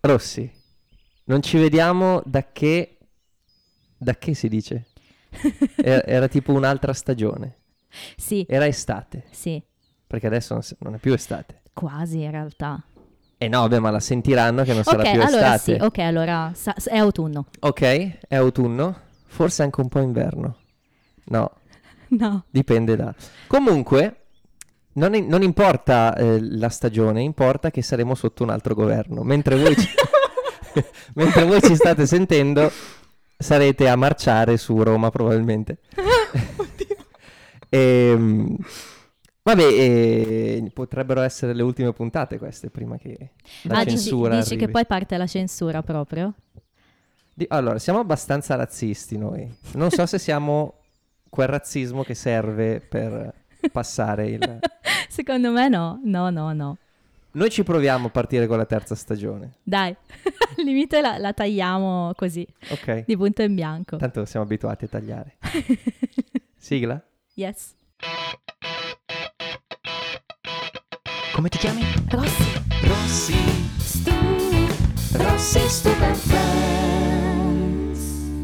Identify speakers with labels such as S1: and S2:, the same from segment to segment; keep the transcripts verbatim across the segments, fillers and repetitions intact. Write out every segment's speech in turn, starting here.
S1: Rossi, non ci vediamo da che... Da che si dice? Era, era tipo un'altra stagione.
S2: Sì.
S1: Era estate.
S2: Sì.
S1: Perché adesso non, non è più estate.
S2: Quasi in realtà.
S1: Eh no, beh, ma la sentiranno che non
S2: Ok,
S1: sarà più
S2: allora
S1: estate.
S2: sì, ok, allora sa- è autunno.
S1: Ok, è autunno, forse anche un po' inverno. No,
S2: No.
S1: dipende da... Comunque, non, non importa eh, la stagione, importa che saremo sotto un altro governo. Mentre voi ci, mentre voi ci state sentendo, sarete a marciare su Roma probabilmente. e, vabbè, eh, potrebbero essere le ultime puntate queste, prima che la
S2: ah, dici,
S1: censura
S2: dici
S1: arrivi.
S2: che poi parte la censura proprio?
S1: Di- allora, siamo abbastanza razzisti noi. Non so se siamo quel razzismo che serve per passare il...
S2: Secondo me no, no, no, no.
S1: Noi ci proviamo a partire con la terza stagione.
S2: Dai, al limite la, la tagliamo così,
S1: Ok.
S2: di punto in bianco.
S1: Tanto siamo abituati a tagliare. Sigla?
S2: Yes.
S1: Come ti chiami?
S2: Rossi.
S1: Rossi.
S2: Stu. Rossi Stupid Friends.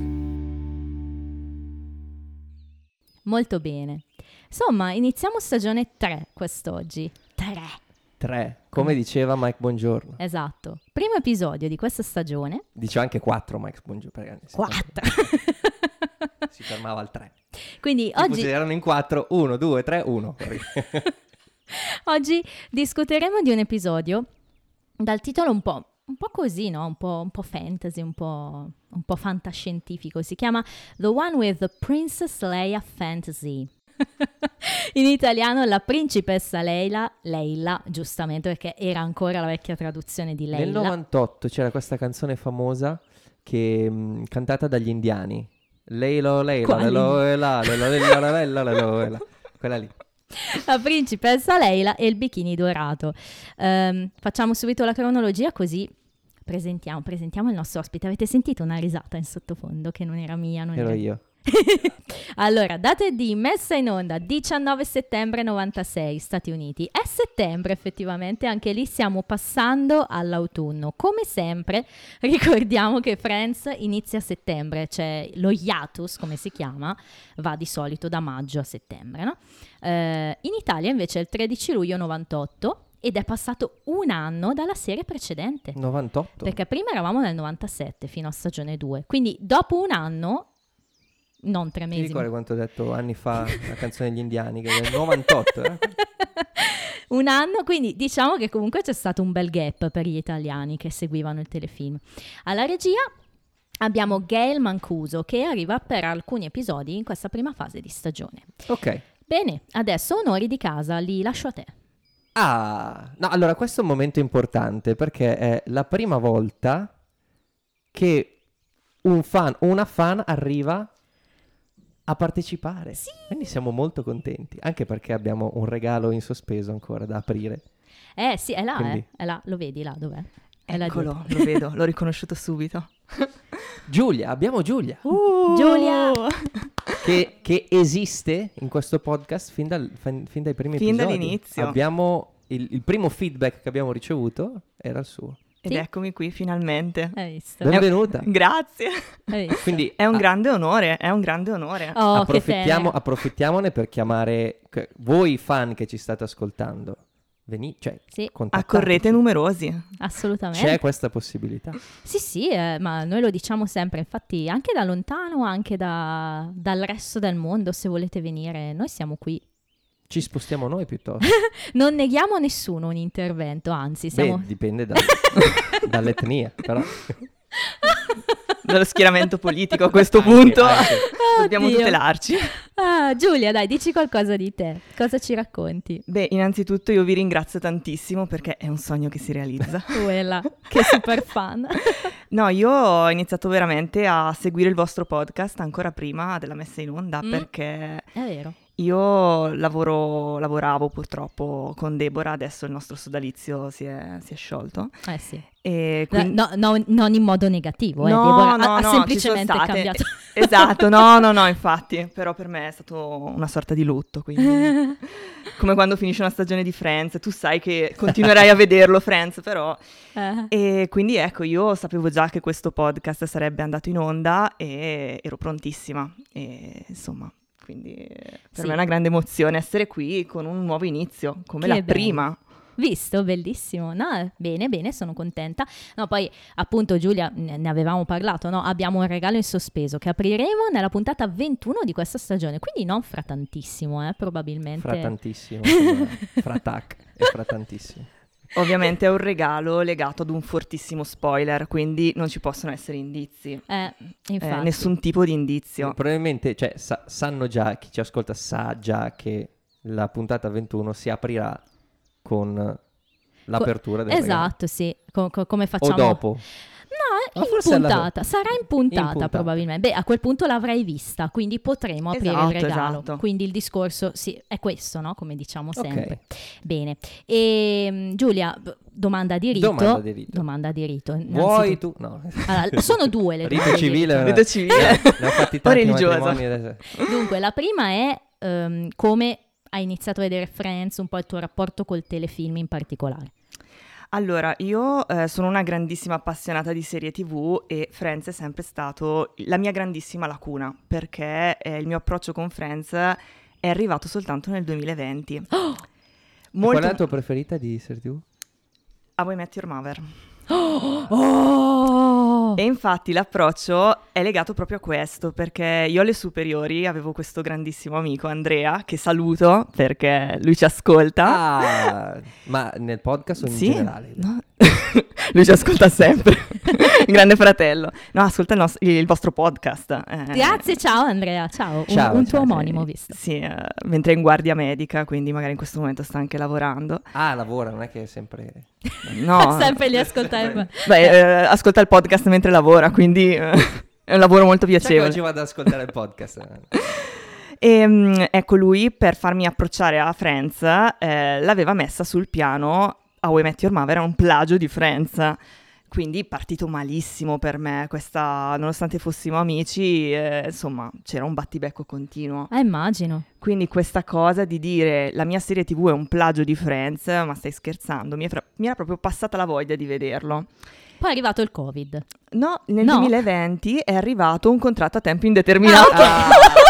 S2: Molto bene. Insomma, iniziamo stagione tre quest'oggi. tre.
S1: Tre. Come diceva Mike Bongiorno.
S2: Esatto. Primo episodio di questa stagione.
S1: Dice anche quattro Mike Bongiorno. perché si
S2: quattro.
S1: ferma- Si fermava al tre.
S2: Quindi
S1: Tipo
S2: oggi...
S1: se erano in quattro. Uno, due, tre, uno.
S2: Oggi discuteremo di un episodio dal titolo un po', un po' così, no? Un po', un po' fantasy, un po', un po' fantascientifico. Si chiama The One with the Princess Leia Fantasy. In italiano La principessa Leila, Leila, giustamente perché era ancora la vecchia traduzione di Leila.
S1: Nel novantotto c'era questa canzone famosa che mh, cantata dagli indiani. Leilo, Leila,
S2: Quali?
S1: Lelo, Ela, Lelo, Lelo, Lelo, Lelo, Ela. Quella lì.
S2: La principessa Leila e il bikini dorato. Ehm, facciamo subito la cronologia così presentiamo, presentiamo il nostro ospite. Avete sentito una risata in sottofondo che non era mia? Non
S1: Ero
S2: era...
S1: io.
S2: Allora, date di messa in onda diciannove settembre novantasei, Stati Uniti. È settembre effettivamente, anche lì stiamo passando all'autunno. Come sempre ricordiamo che Friends inizia a settembre, cioè lo hiatus, come si chiama, va di solito da maggio a settembre, no? Eh, in Italia invece è il tredici luglio novantotto ed è passato un anno dalla serie precedente.
S1: novantotto.
S2: Perché prima eravamo nel novantasette fino a stagione due, quindi dopo un anno... non tre
S1: Ti
S2: mesi.
S1: ricordi quanto ho detto anni fa la canzone degli indiani, che è del novantotto, eh?
S2: Un anno, quindi diciamo che comunque c'è stato un bel gap per gli italiani che seguivano il telefilm. Alla regia abbiamo Gail Mancuso che arriva per alcuni episodi in questa prima fase di stagione.
S1: Ok.
S2: Bene, adesso onori di casa, li lascio a te.
S1: Ah, no, allora questo è un momento importante perché è la prima volta che un fan o una fan arriva a partecipare.
S2: Sì.
S1: Quindi siamo molto contenti, anche perché abbiamo un regalo in sospeso ancora da aprire.
S2: Eh sì, è là,
S1: Quindi-
S2: eh. È là, lo vedi là, dov'è? È là
S3: Eccolo,
S2: dietro.
S3: lo vedo, l'ho riconosciuto subito.
S1: Giulia, abbiamo Giulia,
S3: Uh,
S2: Giulia!
S1: che, che esiste in questo podcast fin, dal- fin- fin dai primi
S3: Fin
S1: episodi.
S3: dall'inizio.
S1: Abbiamo il, il primo feedback che abbiamo ricevuto era il suo.
S3: Ed
S2: Sì.
S3: eccomi qui finalmente.
S2: Hai visto?
S1: Benvenuta.
S3: Grazie.
S2: Hai visto?
S1: Quindi
S3: È un
S1: a-
S3: grande onore, è un grande onore.
S2: Oh, che
S1: approfittiamo,
S2: tenero.
S1: approfittiamone per chiamare che- voi fan che ci state ascoltando. Veni, cioè,
S2: Sì,
S1: contattateci.
S3: Accorrete numerosi.
S2: assolutamente.
S1: C'è questa possibilità.
S2: Sì, sì, eh, ma noi lo diciamo sempre, infatti anche da lontano, anche da- dal resto del mondo, se volete venire, noi siamo qui.
S1: Ci spostiamo noi piuttosto.
S2: Non neghiamo a nessuno un intervento, anzi siamo...
S1: Beh, dipende da- dall'etnia, però.
S3: Dallo schieramento politico a questo
S1: Anche-
S3: punto.
S1: anche.
S3: Dobbiamo
S2: Oddio.
S3: tutelarci.
S2: Ah, Giulia, dai, dici qualcosa di te, cosa ci racconti?
S3: Beh, innanzitutto io vi ringrazio tantissimo perché è un sogno che si realizza.
S2: Quella, che super fan.
S3: No, io ho iniziato veramente a seguire il vostro podcast ancora prima della messa in onda
S2: Mm.
S3: perché
S2: È vero.
S3: Io lavoro, lavoravo purtroppo con Deborah, adesso il nostro sodalizio si è, si è sciolto.
S2: Eh sì.
S3: E quindi...
S2: no, no, non in modo negativo, eh.
S3: No,
S2: Deborah
S3: no,
S2: ha, ha
S3: no,
S2: semplicemente
S3: ci sono state-
S2: cambiato.
S3: Esatto, no, no, no, infatti, però per me è stato una sorta di lutto, quindi come quando finisce una stagione di Friends, tu sai che continuerai a vederlo Friends, però...
S2: Eh.
S3: E quindi ecco, io sapevo già che questo podcast sarebbe andato in onda e ero prontissima, e insomma... Quindi eh, per
S2: Sì.
S3: me è una grande emozione essere qui con un nuovo inizio, come
S2: Che
S3: la
S2: bello.
S3: prima.
S2: Visto, bellissimo. No, bene, bene, sono contenta. No, poi appunto Giulia, ne ne avevamo parlato, no? Abbiamo un regalo in sospeso che apriremo nella puntata ventuno di questa stagione, quindi non fra tantissimo, eh, probabilmente.
S1: Fra tantissimo, insomma, fra tac e fra tantissimo.
S3: Ovviamente è un regalo legato ad un fortissimo spoiler, quindi non ci possono essere indizi,
S2: Eh,
S3: eh,
S2: infatti.
S3: nessun tipo di indizio.
S1: Probabilmente, cioè, sa- sanno già, chi ci ascolta sa già che la puntata ventuno si aprirà con l'apertura del regalo.
S2: Esatto, sì, Co- co- come facciamo...
S1: O dopo.
S2: No,
S1: Ma
S2: in
S1: forse alla-
S2: puntata, sarà in puntata,
S1: in puntata.
S2: probabilmente. Beh, a quel punto l'avrai vista, quindi potremo aprire
S3: Esatto,
S2: il regalo.
S3: esatto.
S2: Quindi il discorso sì, è questo, no? Come diciamo
S1: Ok.
S2: sempre. Bene. E mm, Giulia, b- domanda di rito.
S1: Domanda di rito.
S2: Domanda di rito.
S1: Vuoi
S2: innanzitutto.
S1: tu? No.
S2: Allora, sono due le
S1: Rito
S2: domande di
S1: civile.
S2: rito.
S3: Rito civile.
S1: Ne ho fatti
S3: O
S1: tanti
S3: religioso.
S1: matrimoni adesso.
S2: Dunque, la prima è ehm, come hai iniziato a vedere Friends, un po' il tuo rapporto col telefilm in particolare.
S3: Allora, io eh, sono una grandissima appassionata di serie tivù e Friends è sempre stato la mia grandissima lacuna, perché eh, il mio approccio con Friends è arrivato soltanto nel duemilaventi.
S2: Oh!
S1: Qual è la tua preferita di serie tivù?
S3: A How I Met Your Mother.
S2: Oh!
S3: E infatti l'approccio è legato proprio a questo, perché io alle superiori avevo questo grandissimo amico, Andrea, che saluto perché lui ci ascolta.
S1: Ah, ma nel podcast o in
S3: Sì?
S1: generale?
S3: No. Lui ci ascolta sempre. Grande fratello. No, ascolta il, nostro- il vostro podcast. eh.
S2: Grazie, ciao Andrea, ciao. Un-
S1: Ciao,
S2: un,
S1: ciao,
S2: tuo
S1: ciao.
S2: omonimo, visto.
S3: Sì, eh, mentre è in guardia medica, quindi magari in questo momento sta anche lavorando.
S1: Ah, lavora, non è che è sempre...
S3: No.
S2: Sempre lì ascoltare.
S3: Beh, eh, ascolta il podcast mentre lavora, quindi eh, è un lavoro molto
S1: Sai che
S3: piacevole.
S1: oggi vado ad ascoltare il podcast.
S3: E mm, ecco, lui per farmi approcciare a Friends eh, l'aveva messa sul piano. A How I Met Your Mother era un plagio di Friends, quindi partito malissimo per me questa, nonostante fossimo amici, eh, insomma c'era un battibecco continuo.
S2: Ah, immagino.
S3: Quindi questa cosa di dire la mia serie tivù è un plagio di Friends, ma stai scherzando, mi, è fra- mi era proprio passata la voglia di vederlo.
S2: Poi è arrivato il Covid.
S3: No, nel
S2: No.
S3: duemilaventi è arrivato un contratto a tempo indeterminato.
S1: Ah,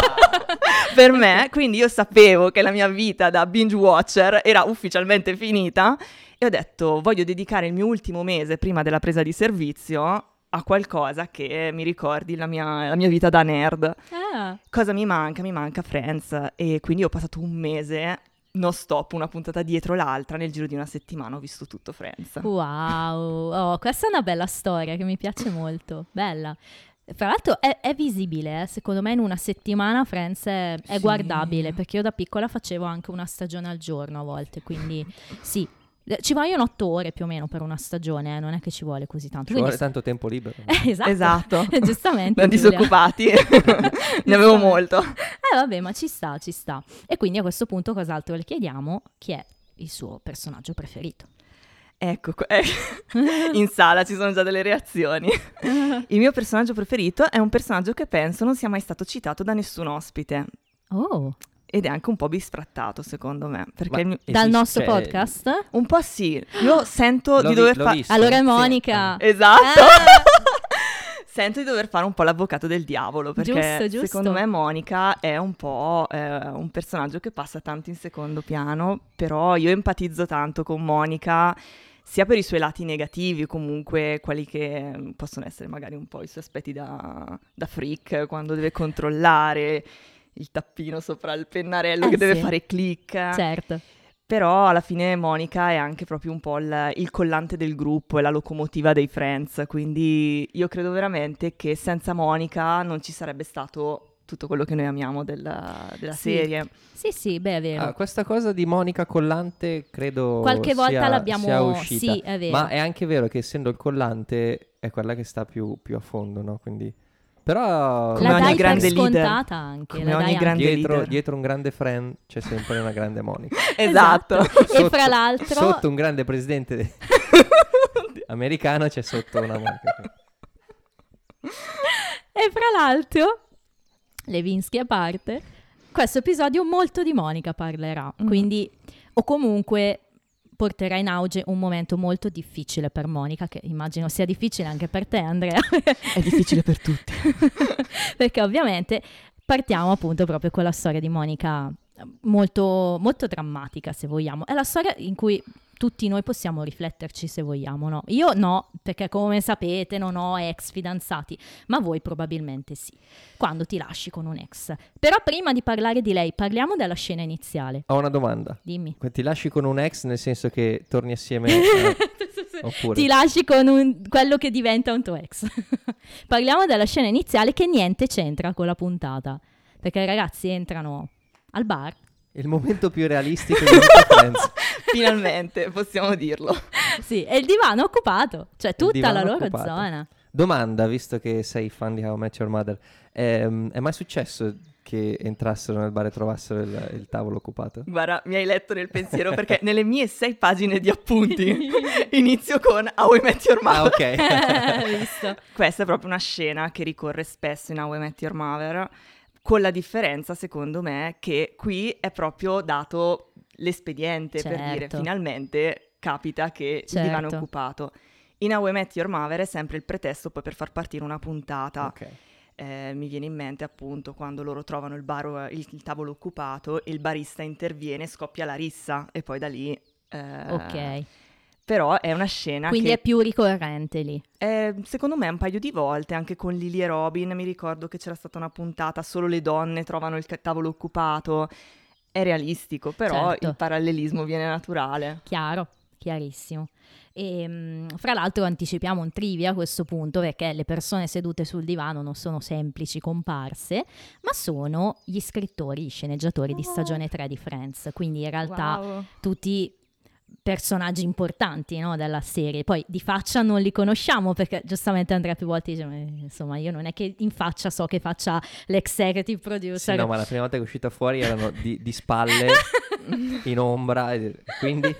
S3: Per me, quindi io sapevo che la mia vita da binge watcher era ufficialmente finita e ho detto voglio dedicare il mio ultimo mese prima della presa di servizio a qualcosa che mi ricordi la mia, la mia vita da nerd.
S2: Ah.
S3: Cosa mi manca? Mi manca Friends e quindi ho passato un mese non stop, una puntata dietro l'altra, nel giro di una settimana ho visto tutto Friends.
S2: Wow, oh, questa è una bella storia che mi piace molto, bella. Fra l'altro è, è visibile, eh? Secondo me in una settimana Friends è, è
S3: Sì.
S2: guardabile, perché io da piccola facevo anche una stagione al giorno a volte, quindi sì, Eh, ci vogliono otto ore più o meno per una stagione, eh? Non è che ci vuole così tanto.
S1: ci
S2: Quindi
S1: vuole tanto tempo libero.
S2: Eh, esatto,
S3: Esatto.
S2: giustamente.
S3: Da
S2: Giulia.
S3: disoccupati ne avevo molto.
S2: Eh vabbè, ma ci sta, ci sta. E quindi a questo punto cos'altro le chiediamo? Chi è il suo personaggio preferito?
S3: Ecco, que- eh, in sala ci sono già delle reazioni. Il mio personaggio preferito è un personaggio che penso non sia mai stato citato da nessun ospite.
S2: Oh,
S3: Ed è anche un po' bisfrattato, secondo me. Perché
S1: Ma
S3: il mio-
S1: esiste-
S2: dal nostro
S1: cioè,
S2: podcast?
S3: un po' sì. Io sento
S1: l'ho
S3: di
S1: vi-
S3: dover
S1: l'ho
S3: fare...
S1: visto.
S2: Allora è
S1: Sì.
S2: Monica.
S3: Esatto.
S2: Ah!
S3: Sento di dover fare un po' l'avvocato del diavolo, perché
S2: Giusto, giusto.
S3: secondo me Monica è un po' eh, un personaggio che passa tanto in secondo piano, però io empatizzo tanto con Monica, sia per i suoi lati negativi, comunque quelli che possono essere magari un po' i suoi aspetti da, da freak, quando deve controllare il tappino sopra il pennarello
S2: Eh,
S3: che deve
S2: sì.
S3: fare click.
S2: Certo.
S3: Però alla fine Monica è anche proprio un po' il, il collante del gruppo, è la locomotiva dei Friends, quindi io credo veramente che senza Monica non ci sarebbe stato tutto quello che noi amiamo della, della
S2: Sì.
S3: serie.
S2: Sì, sì, beh, è vero.
S1: Ah, questa cosa di Monica Collante credo
S2: Qualche volta
S1: sia,
S2: l'abbiamo-
S1: sia uscita.
S2: sì, è vero.
S1: Ma è anche vero che essendo il collante è quella che sta più, più a fondo, no? Quindi Però
S3: Come
S2: la
S3: ogni
S2: dai per
S3: grande leader.
S2: scontata anche.
S3: Come
S2: la
S3: ogni
S2: dai anche.
S3: grande
S1: dietro,
S3: leader.
S1: dietro un grande friend c'è sempre una grande Monica.
S3: Esatto.
S2: E fra l'altro...
S1: Sotto un grande presidente de- americano c'è sotto una Monica.
S2: E fra l'altro, Levinsky a parte, questo episodio molto di Monica parlerà,
S3: Mm.
S2: quindi, o comunque porterà in auge un momento molto difficile per Monica, che immagino sia difficile anche per te, Andrea.
S3: È difficile per tutti.
S2: Perché ovviamente partiamo appunto proprio con la storia di Monica, molto, molto drammatica, se vogliamo. È la storia in cui tutti noi possiamo rifletterci, se vogliamo, no? Io no, perché come sapete non ho ex fidanzati, ma voi probabilmente sì, quando ti lasci con un ex. Però prima di parlare di lei, parliamo della scena iniziale.
S1: Ho una domanda.
S2: Dimmi.
S1: Ti lasci con un ex nel senso che torni assieme a... Oppure...
S2: Ti lasci con un- quello che diventa un tuo ex. Parliamo della scena iniziale che niente c'entra con la puntata, perché i ragazzi entrano al bar.
S1: Il momento più realistico di tutta Friends.
S3: Finalmente, possiamo dirlo.
S2: Sì, e il divano è occupato, cioè tutta
S1: divano
S2: la loro
S1: occupato.
S2: zona.
S1: Domanda, visto che sei fan di How I Met Your Mother, ehm, è mai successo che entrassero nel bar e trovassero il, il tavolo occupato?
S3: Guarda, mi hai letto nel pensiero perché nelle mie sei pagine di appunti inizio con How I Met Your
S1: Ah,
S3: Mother.
S1: ok.
S2: Visto?
S3: Questa è proprio una scena che ricorre spesso in How I Met Your Mother, con la differenza, secondo me, che qui è proprio dato l'espediente per dire
S2: Certo.
S3: finalmente capita che
S2: Certo.
S3: il divano è occupato. In How I Met Your Mother è sempre il pretesto poi per far partire una puntata.
S1: Ok.
S3: Eh, mi viene in mente appunto quando loro trovano il, bar, il, il tavolo occupato e il barista interviene, scoppia la rissa e poi da lì... eh,
S2: Ok,
S3: Però è una scena
S2: quindi
S3: che
S2: è più ricorrente lì.
S3: eh, secondo me un paio di volte, anche con Lily e Robin, mi ricordo che c'era stata una puntata, solo le donne trovano il ca- tavolo occupato, è realistico, però
S2: Certo.
S3: il parallelismo viene naturale.
S2: Chiaro, chiarissimo. E, mh, fra l'altro anticipiamo un trivia a questo punto, perché le persone sedute sul divano non sono semplici comparse, ma sono gli scrittori, gli sceneggiatori di stagione tre di Friends, quindi in realtà
S3: Wow.
S2: tutti personaggi importanti, no, della serie. Poi di faccia non li conosciamo, perché giustamente Andrea più volte dice, "Ma, insomma, io non è che in faccia so che faccia l'executive
S1: Sì,
S2: producer."
S1: no, ma la prima volta che è uscita fuori erano di, di spalle, in ombra, e quindi...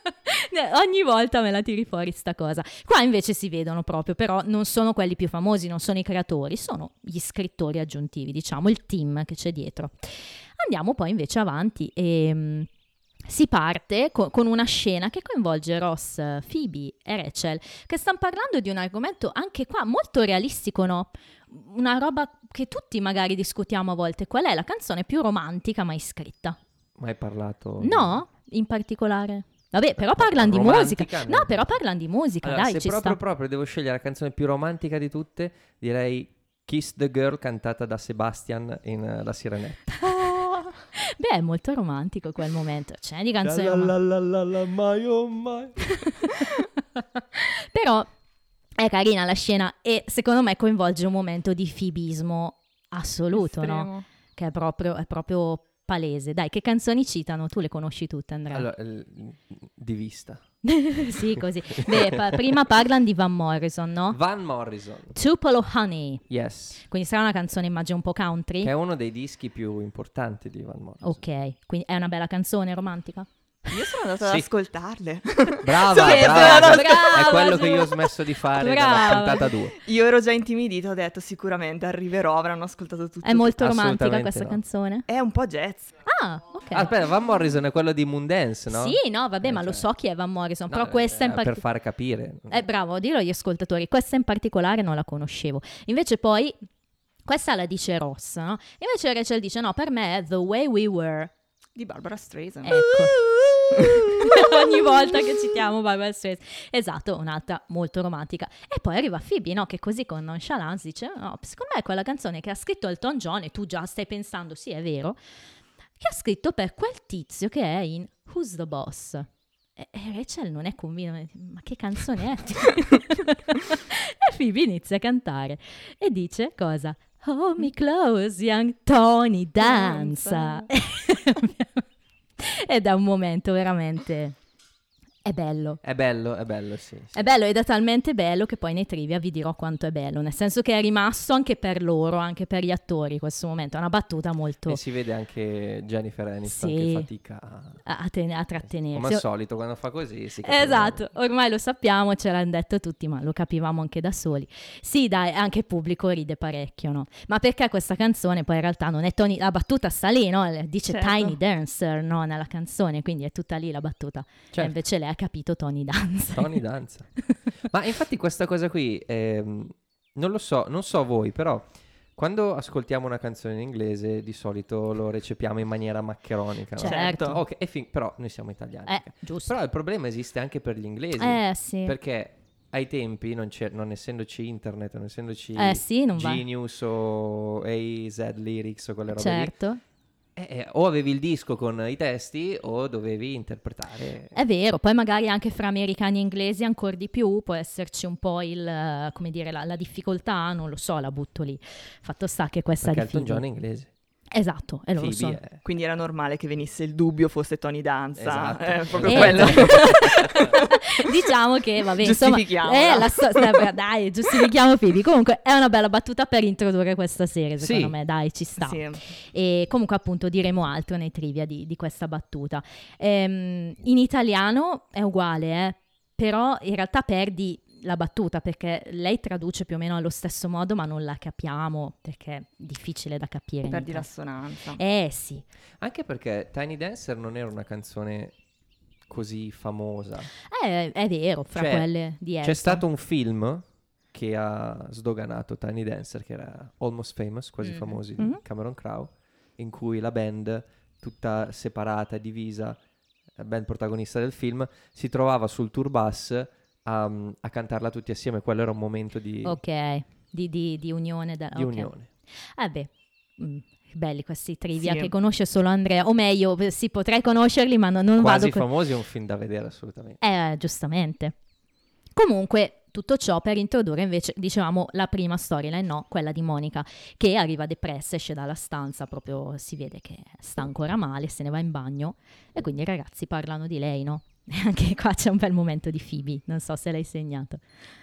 S2: Ogni volta me la tiri fuori sta cosa. Qua invece si vedono proprio, però non sono quelli più famosi, non sono i creatori, sono gli scrittori aggiuntivi, diciamo, il team che c'è dietro. Andiamo poi invece avanti e mh, si parte co- con una scena che coinvolge Ross, Phoebe e Rachel, che stanno parlando di un argomento anche qua molto realistico, no? Una roba che tutti magari discutiamo a volte. Qual è la canzone più romantica mai scritta?
S1: Mai parlato...
S2: No, in particolare. Vabbè, però parlano di
S1: Romantica,
S2: musica.
S1: no.
S2: No, però parlano di musica,
S1: Allora,
S2: dai,
S1: se
S2: ci
S1: proprio
S2: sta.
S1: proprio devo scegliere la canzone più romantica di tutte, direi Kiss the Girl cantata da Sebastian in uh, La Sirenetta.
S2: Oh, beh, è molto romantico quel momento. Ce n'è di canzoni
S1: La la
S2: romantiche.
S1: la la la, my oh my.
S2: Però è carina la scena e secondo me coinvolge un momento di fibismo assoluto, no?
S3: Estremo.
S2: Che è proprio, è proprio palese. Dai, che canzoni citano? Tu le conosci tutte, Andrea?
S1: Allora, il- di vista.
S2: Sì, così. Beh, pa- prima parlano di Van Morrison, no?
S1: Van Morrison,
S2: Tupelo Honey.
S1: yes,
S2: Quindi sarà una canzone, immagino, un po' country.
S1: che è uno dei dischi più importanti di Van Morrison.
S2: Ok, quindi è una bella canzone romantica?
S3: Io sono andata ad
S1: Sì.
S3: ascoltarle.
S1: Brava,
S3: Sì,
S1: brava,
S3: sono
S2: brava,
S1: è quello
S2: giù.
S1: che io ho smesso di fare
S2: Brava.
S1: dalla puntata due.
S3: Io ero già intimidita, ho detto sicuramente arriverò, avranno ascoltato tutto.
S2: È molto romantica
S1: Assolutamente
S2: questa
S1: no.
S2: canzone?
S3: È un po' jazz.
S2: Ah, ok.
S1: Ah, aspetta, Van Morrison è quello di Moondance, no?
S2: Sì, no, vabbè,
S1: Eh,
S2: ma lo
S1: cioè.
S2: so chi è Van Morrison,
S1: No,
S2: però questa
S1: eh,
S2: in
S1: per
S2: particolare...
S1: far capire.
S2: Eh, bravo, dillo agli ascoltatori, questa in particolare non la conoscevo. Invece poi, questa la dice Ross, no? Invece Rachel dice, no, per me è The Way We Were.
S3: Di Barbara Streisand.
S2: Ecco. Ogni volta che citiamo Barbara Streisand. Esatto, un'altra molto romantica. E poi arriva Phoebe, no? Che così con nonchalance dice, no, secondo me è quella canzone che ha scritto Elton John, e tu già stai pensando, sì, è vero, che ha scritto per quel tizio che è in Who's the Boss? E, e Rachel non è convinta, ma che canzone è? E Phoebe inizia a cantare e dice cosa? Hold me close, young Tony, danza. Ed è un momento veramente È bello.
S1: È bello, è bello, sì, sì.
S2: È bello ed è talmente bello che poi nei trivia vi dirò quanto è bello, nel senso che è rimasto anche per loro, anche per gli attori in questo momento, è una battuta molto...
S1: E si vede anche Jennifer Aniston
S2: Sì.
S1: che fatica a,
S2: a, ten- a trattenersi.
S1: come al solito, quando fa così si capisce.
S2: Esatto, ormai lo sappiamo, ce l'hanno detto tutti, ma lo capivamo anche da soli. Sì, dai, anche il pubblico ride parecchio, no? Ma perché questa canzone poi in realtà non è Tony, la battuta sta lì, no? Dice
S3: Certo.
S2: Tiny Dancer, no? Nella canzone, quindi è tutta lì la battuta.
S1: Certo.
S2: E invece lei ha capito Tony Dancer.
S1: Tony danza. Ma infatti questa cosa qui, ehm, non lo so, non so voi, però quando ascoltiamo una canzone in inglese di solito lo recepiamo in maniera maccheronica, no?
S2: Certo.
S1: Ok, e fin- però noi siamo italiani.
S2: Eh,
S1: ok.
S2: giusto.
S1: Però il problema esiste anche per gli inglesi,
S2: Eh, sì.
S1: perché ai tempi, non, c'è, non essendoci internet, non essendoci
S2: Eh, sì, non va.
S1: Genius o A Z Lyrics o quelle robe lì,
S2: Certo.
S1: eh, eh, o avevi il disco con i testi o dovevi interpretare.
S2: È vero, poi magari anche fra americani e inglesi ancora di più può esserci un po' il, eh, come dire, la, la difficoltà, non lo so, la butto lì. Fatto sta che questa
S1: Perché
S2: di
S1: Elton
S2: Phoebe-
S1: John è inglese.
S2: Esatto, e loro
S1: Phoebe
S2: sono.
S1: è-
S3: Quindi era normale che venisse il dubbio fosse Tony Danza.
S1: Esatto.
S3: È proprio
S2: Eh,
S3: quello.
S2: diciamo che vabbè, insomma,
S3: Giustifichiamola.
S2: eh, la sto- vabbè, dai, giustifichiamo Phoebe. Comunque è una bella battuta per introdurre questa serie, secondo
S1: Sì.
S2: me, dai, ci sta.
S3: Sì.
S2: E comunque appunto diremo altro nei trivia di, di questa battuta. Ehm, in italiano è uguale, eh, però in realtà perdi la battuta perché lei traduce più o meno allo stesso modo, ma non la capiamo perché è difficile da capire. in
S3: Perdi
S2: italiano.
S3: l'assonanza.
S2: Eh sì,
S1: Anche perché Tiny Dancer non era una canzone così famosa.
S2: è, è vero, fra
S1: Cioè,
S2: quelle di
S1: C'è
S2: Elton.
S1: stato un film che ha sdoganato Tiny Dancer, che era Almost Famous, quasi
S2: Mhm.
S1: famosi, di
S2: Mhm.
S1: Cameron Crowe, in cui la band, tutta separata, divisa, la band protagonista del film, si trovava sul tour bus a, a cantarla tutti assieme. Quello era un momento di,
S2: Ok, di, di- di unione. Da,
S1: di
S2: ok.
S1: unione.
S2: Eh beh, mm, belli questi trivia
S3: Sì.
S2: che conosce solo Andrea, o meglio, sì, potrei conoscerli, ma non, non
S1: Quasi
S2: vado... co-
S1: famosi, è un film da vedere assolutamente.
S2: Eh, giustamente. Comunque, tutto ciò per introdurre invece, dicevamo, la prima storyline, no, quella di Monica, che arriva depressa, esce dalla stanza, proprio si vede che sta ancora male, se ne va in bagno, e quindi i ragazzi parlano di lei, no? E anche qua c'è un bel momento di Phoebe, non so se l'hai segnato.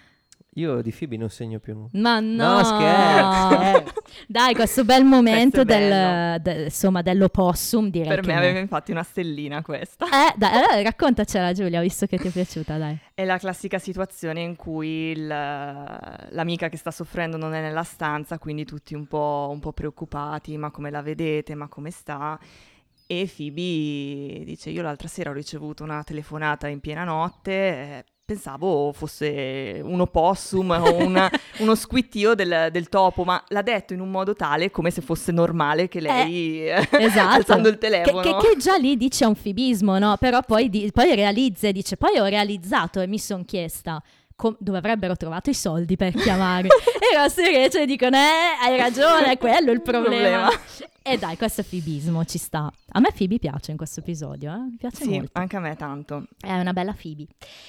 S1: Io di Phoebe non segno più nulla.
S2: Ma no!
S1: No, scherzo.
S2: Dai, questo bel momento
S3: Questo è
S2: del,
S3: bello.
S2: de- insomma, dell'opossum, direi
S3: Per
S2: che
S3: me
S2: no.
S3: aveva infatti una stellina questa.
S2: Eh, dai, allora raccontacela Giulia, visto che ti è piaciuta, dai.
S3: È la classica situazione in cui il- l'amica che sta soffrendo non è nella stanza, quindi tutti un po', un po' preoccupati, ma come la vedete, ma come sta? E Phoebe dice, io l'altra sera ho ricevuto una telefonata in piena notte, eh, pensavo fosse un opossum o una- uno squittio del, del topo, ma l'ha detto in un modo tale come se fosse normale che lei, eh,
S2: Esatto.
S3: alzando il
S2: Che,
S3: telefono...
S2: che- che già lì dice un fibismo, no? Però poi, di- poi realizza e dice, poi ho realizzato e mi sono chiesta com- dove avrebbero trovato i soldi per chiamare. E i nostri invece dicono, eh, hai ragione, è quello il problema.
S3: Problema.
S2: E dai, questo è fibismo, ci sta. A me Phoebe piace in questo episodio, eh? Mi piace
S3: Sì,
S2: molto.
S3: anche a me tanto.
S2: È una bella Phoebe.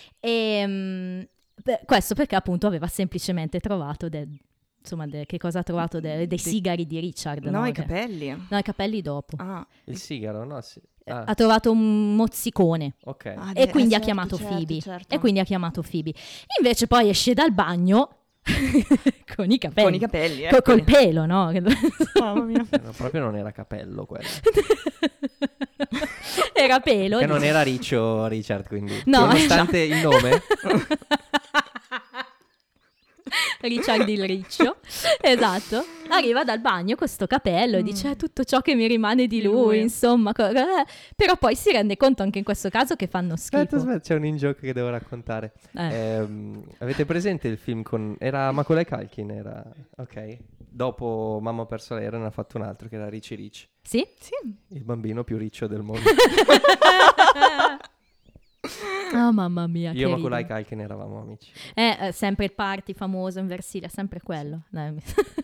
S2: E questo perché appunto aveva semplicemente trovato de- insomma, de- che cosa ha trovato? De- dei
S3: Dei-
S2: sigari di Richard.
S3: No,
S2: No,
S3: i
S2: Che-
S3: capelli.
S2: no, i capelli dopo.
S3: Ah,
S1: Il sigaro, no? Sì. Ah,
S2: Ha trovato un mozzicone.
S1: ok.
S3: ah,
S2: E
S3: di-
S2: quindi
S3: eh,
S2: ha
S3: certo,
S2: chiamato
S3: certo,
S2: Phoebe.
S3: certo.
S2: E quindi ha chiamato Phoebe. Invece poi esce dal bagno con i capelli.
S3: Con i capelli,
S2: Co-
S3: eh.
S2: col pelo, no?
S3: Mamma mia.
S1: Eh, no, proprio non era capello quello.
S2: Era pelo.
S1: Che non era Riccio Richard, quindi.
S2: No,
S1: Nonostante il nome.
S2: Richard il Riccio, esatto, arriva dal bagno con sto capello e
S3: Mm.
S2: dice "È tutto ciò che mi rimane di
S3: Di
S2: lui,
S3: lui."
S2: insomma, co- eh. Però poi si rende conto anche in questo caso che fanno schifo.
S1: Aspetta, aspetta, c'è un in-joke che devo raccontare.
S2: Eh.
S1: Ehm, avete presente il film con... Era Macaulay Culkin, era... Ok. Dopo Mamma ha perso l'aereo ne ha fatto un altro che era Ricci Ricci.
S2: Sì?
S3: Sì.
S1: Il bambino più riccio del mondo.
S2: Oh mamma mia,
S1: Io e
S2: che
S1: Macaulay
S2: ridere.
S1: Culkin eravamo amici.
S2: Eh, eh, sempre il party famoso in Versilia, sempre quello. Dai.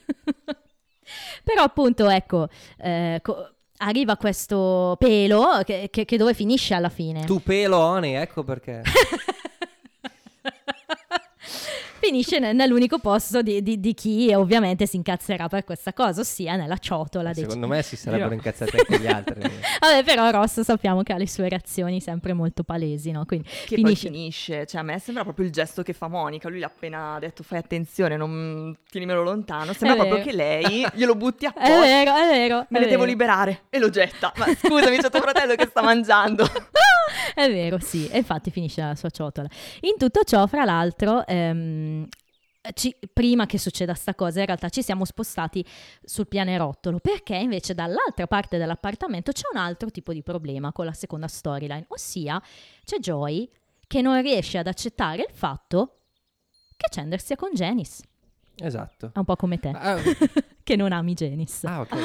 S2: Però appunto, ecco, eh, co- arriva questo pelo che, che- che dove finisce alla fine?
S1: Tu pelone, ecco perché.
S2: finisce ne- nell'unico posto di, di, di chi ovviamente si incazzerà per questa cosa, ossia nella ciotola dei
S1: Secondo me si sarebbero incazzati anche gli altri.
S2: Vabbè, però Ross sappiamo che ha le sue reazioni sempre molto palesi, no? Quindi
S3: Che
S2: finisce...
S3: poi finisce, cioè a me sembra proprio il gesto che fa Monica, lui l'ha appena detto fai attenzione, non tienimelo lontano, sembra
S2: È
S3: proprio
S2: vero.
S3: che lei glielo butti a
S2: È
S3: posto,
S2: vero, è vero.
S3: me
S2: è
S3: ne devo
S2: vero.
S3: liberare e lo getta, ma scusami c'è tuo fratello che sta mangiando.
S2: È vero, sì, e infatti finisce nella sua ciotola. In tutto ciò, fra l'altro, ehm, ci- prima che succeda sta cosa, in realtà ci siamo spostati sul pianerottolo, perché invece dall'altra parte dell'appartamento c'è un altro tipo di problema con la seconda storyline, ossia c'è Joy che non riesce ad accettare il fatto che Chandler sia con Janice.
S1: Esatto.
S2: È un po' come te,
S1: Ah,
S2: che non ami Janice.
S1: ah, ok.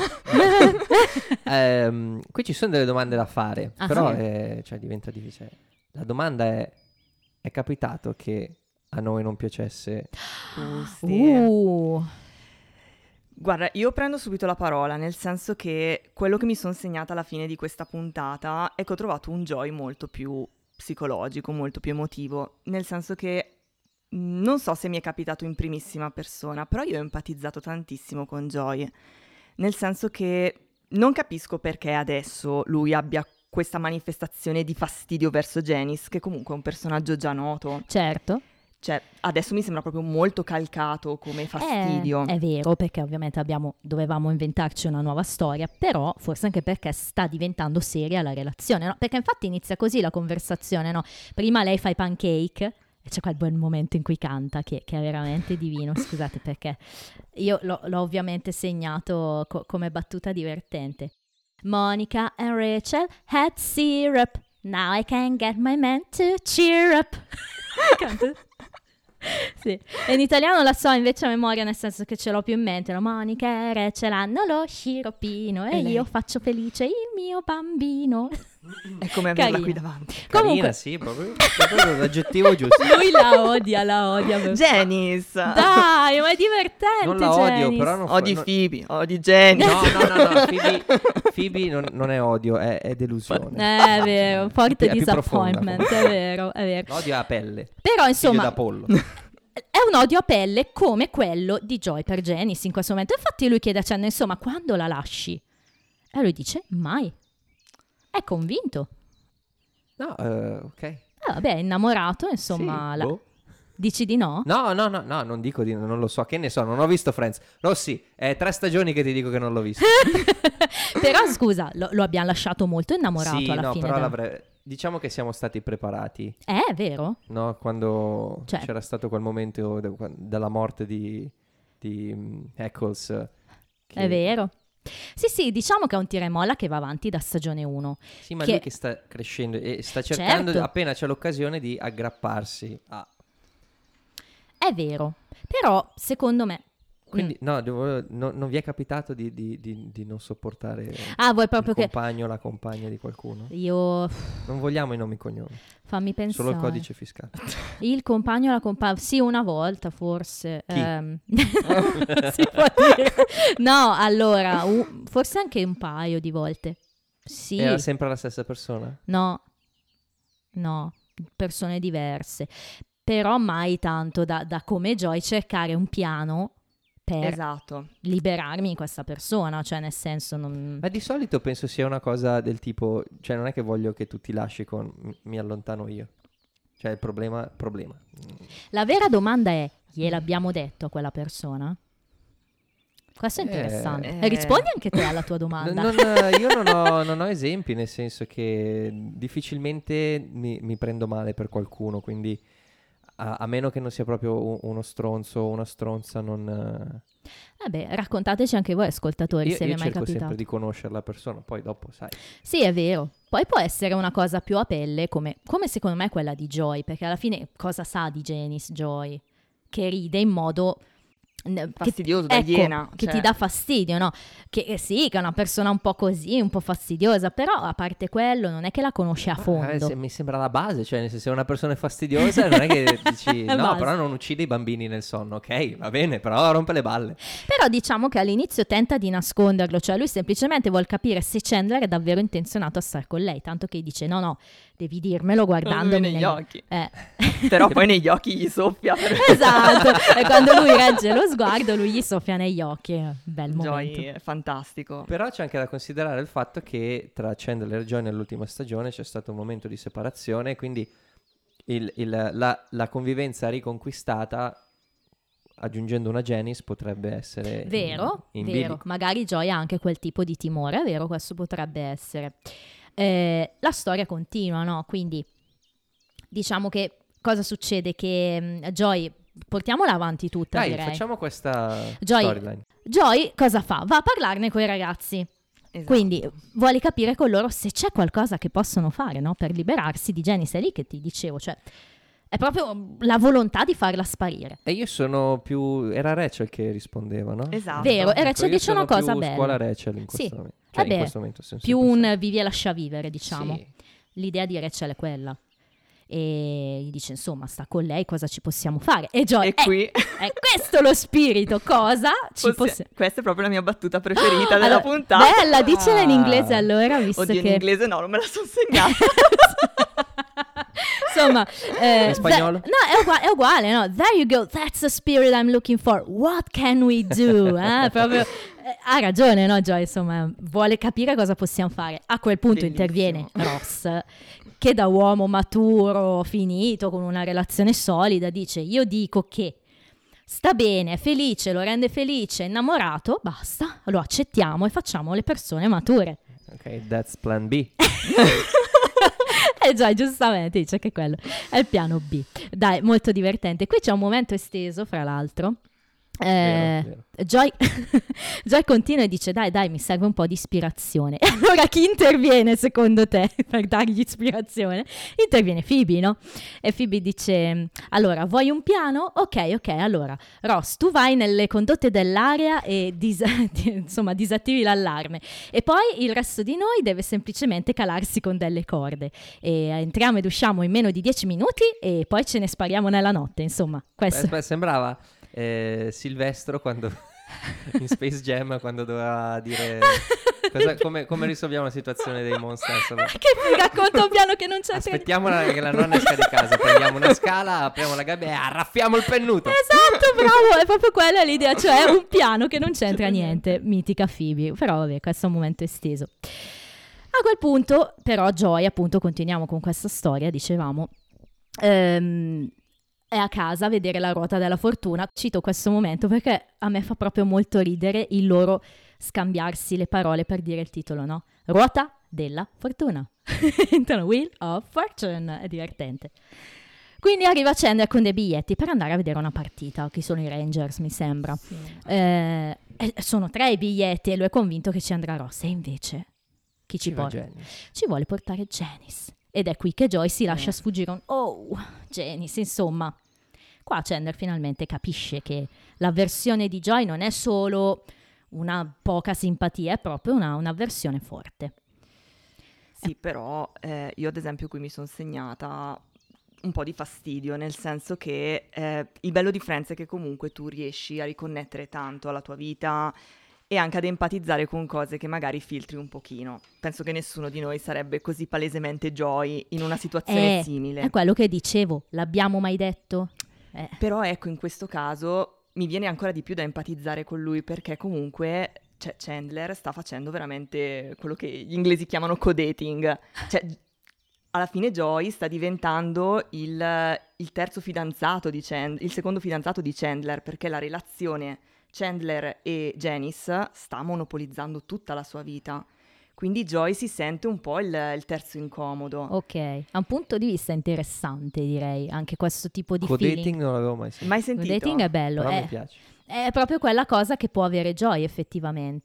S1: Ehm, qui ci sono delle domande da fare,
S2: Ah,
S1: però
S2: sì?
S1: eh, cioè, diventa difficile. La domanda è, è capitato che a noi non piacesse?
S3: Uh, sì.
S2: Uh,
S3: Guarda, io prendo subito la parola, nel senso che quello che mi sono segnata alla fine di questa puntata è che ho trovato un Joy molto più psicologico, molto più emotivo, nel senso che mh, non so se mi è capitato in primissima persona, però io ho empatizzato tantissimo con Joy, nel senso che non capisco perché adesso lui abbia questa manifestazione di fastidio verso Janice, che comunque è un personaggio già noto.
S2: certo.
S3: Cioè, adesso mi sembra proprio molto calcato come fastidio.
S2: È, è vero, perché ovviamente abbiamo, dovevamo inventarci una nuova storia, però forse anche perché sta diventando seria la relazione, no? Perché infatti inizia così la conversazione, no? Prima lei fa i pancake e c'è quel bel momento in cui canta che, che è veramente divino, scusate perché io l'ho, l'ho ovviamente segnato co- come battuta divertente. Monica and Rachel had syrup, now I can get my man to cheer up. Canto. Sì. E in italiano la so invece a memoria, nel senso che ce l'ho più in mente, no? Monica e Rachel hanno lo sciroppino e,
S3: E lei?
S2: io faccio felice il mio bambino.
S3: È come averla
S2: Carina.
S3: qui davanti.
S1: Carina,
S2: Comunque-
S1: sì, proprio, proprio l'aggettivo giusto.
S2: Lui la odia, la odia.
S3: Janice!
S2: Dai, ma è divertente.
S1: Non la odio,
S2: Janice.
S1: però non fa-
S3: Odi
S1: non-
S3: Phoebe, odi Janice.
S1: No, no, no, no, Phoebe, Phoebe non, non è odio, è, è delusione.
S2: Eh, è vero, forte
S1: È più profonda,
S2: disappointment,
S1: comunque.
S2: è vero, è vero.
S1: L'odio è a pelle,
S2: Però
S1: figlio
S2: insomma,
S1: d'Apollo.
S2: è un odio a pelle come quello di Joy per Janice in questo momento. Infatti lui chiede a Chandler, insomma, quando la lasci? E lui dice, mai. È convinto.
S1: No, eh, ok.
S2: Eh, vabbè, è innamorato, insomma.
S1: Sì,
S2: la-
S1: boh.
S2: Dici di no?
S1: No, no, no, no, non dico di non lo so, che ne so, non ho visto Friends. Rossi, è tre stagioni che ti dico che non l'ho visto.
S2: Però scusa, lo, lo abbiamo lasciato molto innamorato
S1: Sì,
S2: alla
S1: no,
S2: fine.
S1: però
S2: da-
S1: l'avrei... Diciamo che siamo stati preparati,
S2: Eh, è vero?
S1: no? Quando
S2: Cioè-
S1: c'era stato quel momento de- della morte di, di mm, Eccles. che-
S2: È vero. Sì, sì, diciamo che è un tira e molla che va avanti da stagione uno.
S1: Sì, ma
S2: Che-
S1: lui che sta crescendo e sta cercando,
S2: Certo.
S1: appena c'è l'occasione, di aggrapparsi a...
S2: È vero. Però, secondo me...
S1: Quindi,
S2: Mm.
S1: no, devo- no- non vi è capitato di, di- di- di non sopportare
S2: Ah, vuoi
S1: il
S2: proprio che...
S1: compagno o la compagna di qualcuno?
S2: Io...
S1: Non vogliamo i nomi e cognomi,
S2: Fammi pensare.
S1: solo il codice fiscale.
S2: Il compagno o la compagna... Sì, una volta forse.
S1: Chi?
S2: ehm, si può dire. No, allora, u- forse anche un paio di volte. Sì.
S1: Era sempre la stessa persona?
S2: No, no, persone diverse. Però mai tanto da, da come Joy cercare un piano per
S3: Esatto.
S2: liberarmi di questa persona. Cioè, nel senso, non...
S1: Ma di solito penso sia una cosa del tipo, cioè non è che voglio che tu ti lasci con mi- mi allontano io. Cioè il problema, problema.
S2: La vera domanda è, gliel'abbiamo detto a quella persona? Questo è
S1: Eh,
S2: interessante.
S3: eh.
S2: E rispondi anche te alla tua
S1: N-
S2: domanda.
S1: non- io non ho, non ho esempi, nel senso che difficilmente mi, mi prendo male per qualcuno, quindi a, a meno che non sia proprio u- uno stronzo o una stronza, non... eh,
S2: Vabbè, raccontateci anche voi ascoltatori
S1: Io,
S2: se vi
S1: io
S2: è mai
S1: cerco
S2: capitato.
S1: sempre di conoscere la persona, poi dopo, sai.
S2: Sì, è vero. Poi può essere una cosa più a pelle, come, come secondo me quella di Joy, perché alla fine cosa sa di Janice Joy? Che ride in modo
S3: fastidioso, da
S2: ecco,
S3: iena,
S2: che
S3: cioè.
S2: ti dà fastidio, no? Che eh, sì, che è una persona un po' così, un po' fastidiosa, però a parte quello non è che la conosce a fondo.
S1: Eh, se mi sembra la base, cioè nel senso, se una persona è fastidiosa non è che dici no,
S2: Basta.
S1: però non uccide i bambini nel sonno, ok, va bene, però rompe le balle.
S2: Però diciamo che all'inizio tenta di nasconderlo, cioè lui semplicemente vuol capire se Chandler è davvero intenzionato a stare con lei, tanto che gli dice no no, devi dirmelo guardandomi
S3: negli
S2: negli
S3: occhi.
S2: Eh.
S3: Però poi negli occhi gli soffia. Per...
S2: Esatto, e quando lui regge lo sguardo lui gli soffia negli occhi, bel momento.
S3: Joy è fantastico.
S1: Però c'è anche da considerare il fatto che tra Chandler e Joy nell'ultima stagione c'è stato un momento di separazione, quindi il, il, la, la convivenza riconquistata aggiungendo una Janice potrebbe essere
S2: Vero,
S1: in, in
S2: vero,
S1: bilico.
S2: magari Joy ha anche quel tipo di timore, è vero, questo potrebbe essere. Eh, la storia continua, no? Quindi diciamo che cosa succede? Che mh, Joy, portiamola avanti tutta,
S1: Dai,
S2: direi.
S1: facciamo questa
S2: Joy,
S1: storyline.
S2: Joy cosa fa? Va a parlarne con i ragazzi.
S3: Esatto.
S2: Quindi vuole capire con loro se c'è qualcosa che possono fare, no? Per liberarsi di Janice. È lì che ti dicevo, cioè è proprio la volontà di farla sparire.
S1: E io sono più... Era Rachel che rispondeva, no?
S3: Esatto.
S2: Vero, e
S1: Ecco,
S2: Rachel
S1: io
S2: dice una
S1: sono
S2: cosa
S1: più
S2: bella.
S1: scuola Rachel in questo
S2: Sì.
S1: momento. Cioè,
S2: Vabbè,
S1: in questo momento sono
S2: più
S1: sempre
S2: un vivi e lascia vivere, diciamo.
S1: Sì.
S2: L'idea di Rachel è quella. E gli dice, insomma, sta con lei, cosa ci possiamo fare? E Joy,
S3: E
S2: eh,
S3: qui
S2: è questo lo spirito, cosa ci
S3: Possi-
S2: possiamo...
S3: questa è proprio la mia battuta preferita della
S2: Allora,
S3: puntata.
S2: Bella, dicela in
S1: Ah.
S2: inglese allora, visto
S3: Oddio,
S2: che...
S3: in inglese no, non me la sono segnata.
S2: Insomma, eh,
S1: In spagnolo?
S2: that- no, è, ugua- è uguale, no? There you go, that's the spirit I'm looking for. What can we do? Eh, proprio, eh, ha ragione, no, Joy? Insomma, vuole capire cosa possiamo fare. A quel punto
S3: Bellissimo.
S2: interviene Ross, che da uomo maturo, finito, con una relazione solida, dice: io dico che sta bene, è felice, lo rende felice, è innamorato, basta, lo accettiamo e facciamo le persone mature.
S1: Ok, that's plan B.
S2: E già, giustamente dice che quello è il piano B. Dai, molto divertente. Qui c'è un momento esteso, fra l'altro. Eh,
S1: Vero, vero.
S2: Joy, Joy continua e dice: dai, dai, mi serve un po' di ispirazione. E allora chi interviene secondo te per dargli ispirazione? Interviene Phoebe, no? E Phoebe dice: allora, vuoi un piano? Ok, ok, allora Ross, tu vai nelle condotte dell'area e dis- insomma disattivi l'allarme, e poi il resto di noi deve semplicemente calarsi con delle corde, e entriamo ed usciamo in meno di dieci minuti e poi ce ne spariamo nella notte. Insomma, questo.
S1: Beh, beh, sembrava eh, Silvestro quando in Space Jam, quando doveva dire cosa- come, come risolviamo la situazione dei monsters. Insomma.
S2: Che mi racconta un piano che non c'è.
S1: Aspettiamo la- che la nonna esca di casa, prendiamo una scala, apriamo la gabbia e arraffiamo il pennuto.
S2: Esatto, bravo, è proprio quella l'idea, cioè un piano che non c'entra niente, mitica Phoebe, però vabbè, questo è un momento esteso. A quel punto, però, Joy, appunto, continuiamo con questa storia, dicevamo, ehm, è a casa a vedere la ruota della fortuna. Cito questo momento perché a me fa proprio molto ridere il loro scambiarsi le parole per dire il titolo, no? Ruota della fortuna. Wheel of Fortune, è divertente. Quindi arriva Chandler con dei biglietti per andare a vedere una partita, che sono i Rangers, mi sembra.
S3: Sì.
S2: Eh, e sono tre i biglietti e lui è convinto che ci andrà Ross. E invece chi ci,
S1: Ci va
S2: porta?
S1: Janice.
S2: Ci vuole portare Janice. Ed è qui che Joy si lascia
S3: Eh.
S2: sfuggire un oh, Janice, insomma. Qua Chandler finalmente capisce che l'avversione di Joy non è solo una poca simpatia, è proprio una, un'avversione forte.
S3: Sì, però eh, io ad esempio qui mi sono segnata un po' di fastidio, nel senso che eh, il bello di Friends è che comunque tu riesci a riconnettere tanto alla tua vita e anche ad empatizzare con cose che magari filtri un pochino. Penso che nessuno di noi sarebbe così palesemente Joy in una situazione
S2: Eh,
S3: simile.
S2: È quello che dicevo, l'abbiamo mai detto? Eh.
S3: Però ecco, in questo caso mi viene ancora di più da empatizzare con lui, perché comunque cioè, Chandler sta facendo veramente quello che gli inglesi chiamano co-dating. Cioè, alla fine Joy sta diventando il, il terzo fidanzato di Chandler, il secondo fidanzato di Chandler, perché la relazione Chandler e Janice sta monopolizzando tutta la sua vita. Quindi Joy si sente un po' il, il terzo incomodo.
S2: Ok, ha un punto di vista interessante, direi, anche questo tipo di
S1: Co-dating
S2: feeling.
S1: non l'avevo mai sentito,
S3: Mai sentito?
S2: Dating è bello,
S1: però
S2: è,
S1: mi piace.
S2: è proprio quella cosa che può avere Joy effettivamente.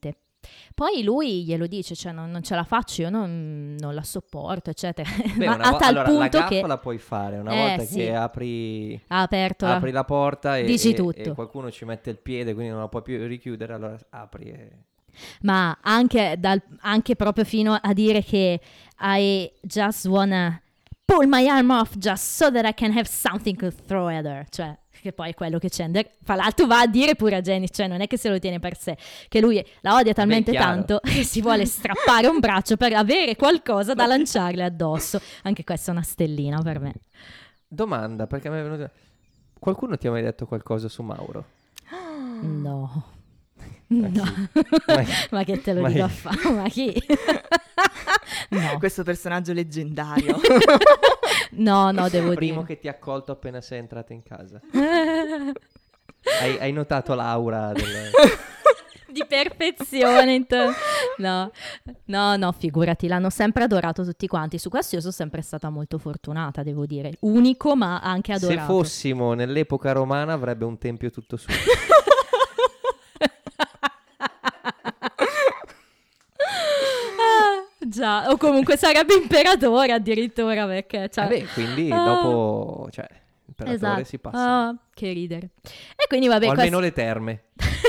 S2: Poi lui glielo dice, cioè non, non ce la faccio, io non, non la sopporto, eccetera.
S1: Beh,
S2: Ma
S1: una
S2: a
S1: vo-
S2: tal
S1: allora,
S2: punto
S1: la gaffa
S2: che
S1: la puoi fare una
S2: Eh,
S1: volta
S2: sì.
S1: che apri,
S2: ha aperto la-
S1: apri la porta e,
S2: Dici
S1: e-
S2: tutto.
S1: e qualcuno ci mette il piede, quindi non la puoi più richiudere, allora apri e...
S2: Ma anche, dal, anche proprio fino a dire che I just wanna pull my arm off just so that I can have something to throw at her. Cioè, che poi è quello che Chandler, fra l'altro, va a dire pure a Janice, cioè non è che se lo tiene per sé, che lui la odia talmente
S1: chiaro.
S2: tanto che si vuole strappare un braccio per avere qualcosa da lanciarle addosso. Anche questa è una stellina per me.
S1: Domanda, perché mi è venuto... Qualcuno ti ha mai detto qualcosa su Mauro?
S2: No.
S1: Ma
S2: No.
S1: chi? Ma chi?
S2: Ma che te lo
S1: Ma
S2: dico a
S1: chi?
S2: fare? Ma chi? No.
S3: Questo personaggio leggendario.
S2: No, no, devo
S1: Il primo
S2: dire.
S1: che ti ha accolto appena sei entrata in casa. Hai, hai notato l'aura del...
S2: Di perfezione. inter- No, no, no, figurati, l'hanno sempre adorato tutti quanti. Su questo io sono sempre stata molto fortunata, devo dire. Unico, ma anche adorato.
S1: Se fossimo nell'epoca romana avrebbe un tempio tutto suo.
S2: Ah, già, o comunque sarebbe imperatore addirittura, perché... Cioè...
S1: Eh beh, quindi
S2: Ah.
S1: dopo, cioè, imperatore
S2: Esatto.
S1: si passa.
S2: Ah, che ridere. E quindi vabbè,
S1: o almeno
S2: quest-
S1: le terme.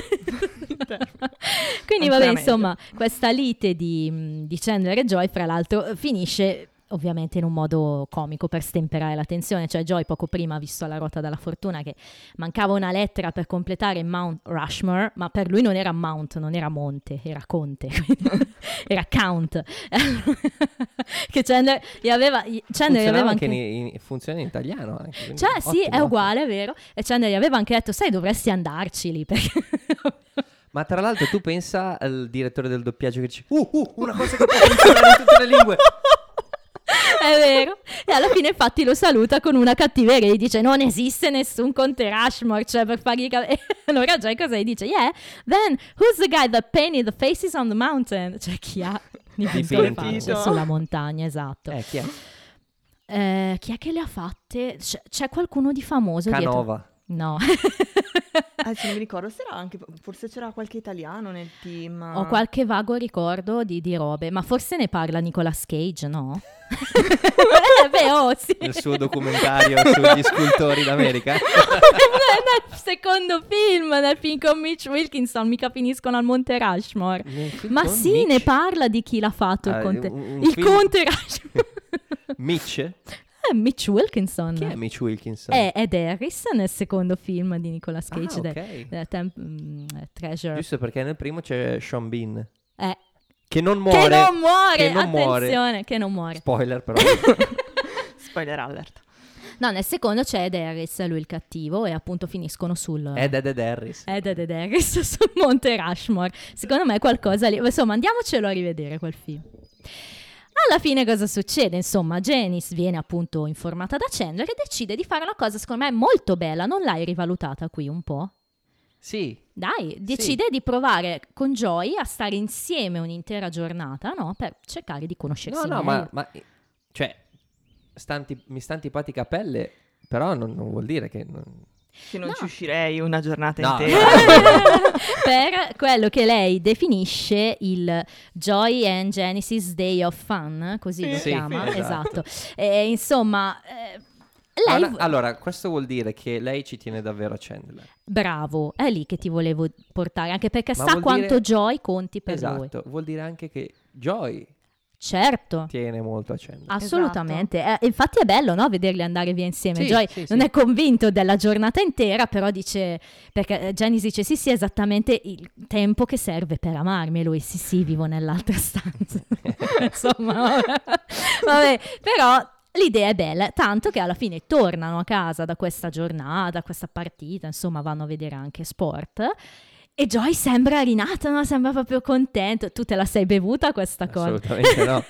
S2: Quindi
S3: Ancora
S2: vabbè,
S3: meglio.
S2: insomma, questa lite di, di Chandler e Joy, fra l'altro, finisce ovviamente in un modo comico per stemperare la tensione. Cioè Joy poco prima ha visto alla ruota della fortuna che mancava una lettera per completare Mount Rushmore, ma per lui non era Mount, non era Monte, era Conte, quindi era Count. Che Chandler gli aveva, Chandler gli
S1: Funziona
S2: aveva
S1: anche
S2: anche...
S1: in, in- funziona in italiano anche. quindi
S2: Cioè sì,
S1: ottimo,
S2: è
S1: ottimo.
S2: uguale, è vero. E Chandler gli aveva anche detto, sai, dovresti andarci lì, perché...
S1: Ma tra l'altro tu pensa al direttore del doppiaggio che dice uh, uh, una cosa che può funzionare in tutte le lingue.
S2: È vero. E alla fine infatti lo saluta con una cattiveria, gli dice non esiste nessun Conte Rushmore, cioè per fargli capire. Allora Joy cosa gli dice? Yeah, then who's the guy that painted the faces on the mountain? Cioè chi ha dipinto le
S1: Dipinto.
S2: facce sulla montagna, esatto.
S1: Eh, chi è?
S2: Eh, chi è che le ha fatte? C'è, c'è qualcuno di famoso dietro?
S1: Canova.
S2: No.
S3: Ah, se non mi ricordo, se era anche, forse c'era qualche italiano nel team.
S2: Ho qualche vago ricordo di, di robe, ma forse ne parla Nicolas Cage, no? eh, beh, oh, sì.
S1: Nel suo documentario sugli scultori d'America.
S2: Nel secondo film, nel film con Mitch Wilkinson, mica finiscono al Monte Rushmore.
S1: Nel film
S2: Ma
S1: con
S2: sì,
S1: Mitch?
S2: ne parla di chi l'ha fatto
S1: Ah,
S2: il Conte.
S1: un- un
S2: il
S1: film-
S2: Conte Rushmore.
S1: Mitch?
S2: Eh, Mitch Wilkinson.
S1: Chi è Mitch Wilkinson?
S2: È Ed Harris nel secondo film di Nicolas Cage,
S1: Ah,
S2: de-
S1: ok.
S2: de- Tem- mm, Treasure.
S1: Giusto perché nel primo c'è Sean Bean.
S2: Eh,
S1: Che non muore.
S2: che non muore,
S1: che non muore.
S2: attenzione, che non muore.
S1: Spoiler però.
S3: Spoiler alert.
S2: No, nel secondo c'è Ed Harris, lui il cattivo, e appunto finiscono sul...
S1: Ed Ed Ed Harris.
S2: Ed Ed Ed Harris sul Monte Rushmore. Secondo me qualcosa lì... Insomma, andiamocelo a rivedere quel film. Alla fine cosa succede? Insomma, Janice viene appunto informata da Chandler e decide di fare una cosa secondo me molto bella. Non l'hai rivalutata qui un po'?
S1: Sì.
S2: Dai, decide di provare con Joy a stare insieme un'intera giornata, no? Per cercare di conoscersi
S1: No, no,
S2: meglio.
S1: ma, ma cioè, sta anti- mi sta antipatica a pelle, però non, non vuol dire che... non-
S3: Che non
S2: No.
S3: ci uscirei una giornata
S1: No.
S3: intera.
S2: Per quello che lei definisce il Joy and Genesis Day of Fun, così
S3: Sì,
S2: lo
S1: sì,
S2: chiama,
S1: sì,
S2: esatto. E, insomma, eh, lei...
S1: Allora, allora, questo vuol dire che lei ci tiene davvero a Chandler.
S2: Bravo, è lì che ti volevo portare, anche perché
S1: Ma
S2: sa
S1: vuol
S2: quanto
S1: dire-
S2: Joy conti per lui.
S1: Esatto, vuol dire anche che Joy
S2: Certo.
S1: tiene molto a Chandler.
S2: Assolutamente, Eh, infatti è bello, no, vederli andare via insieme.
S1: Sì,
S2: Joy
S1: sì,
S2: non
S1: sì.
S2: è convinto della giornata intera, però dice, perché Janice dice sì sì, è esattamente il tempo che serve per amarmi, e lui sì sì, vivo nell'altra stanza. Insomma, vabbè. Vabbè, però l'idea è bella, tanto che alla fine tornano a casa da questa giornata, questa partita, insomma vanno a vedere anche sport. E Joy sembra rinata, no? Sembra proprio contento. Tu te la sei bevuta questa cosa?
S1: Assolutamente no.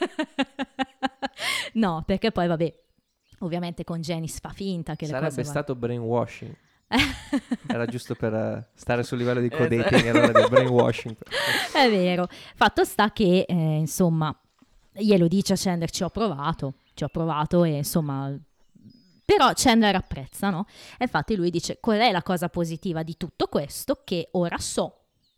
S2: No, perché poi vabbè, ovviamente con Janice fa finta che le
S1: Sarebbe
S2: cose vanno.
S1: stato brainwashing. Era giusto per eh, stare sul livello di
S3: Esatto.
S1: co-dating, era del brainwashing.
S2: È vero. Fatto sta che, eh, insomma, glielo dice a Chandler, ci ho provato, ci ho provato e insomma... Però Chandler apprezza, no? E infatti lui dice, qual è la cosa positiva di tutto questo? Che ora so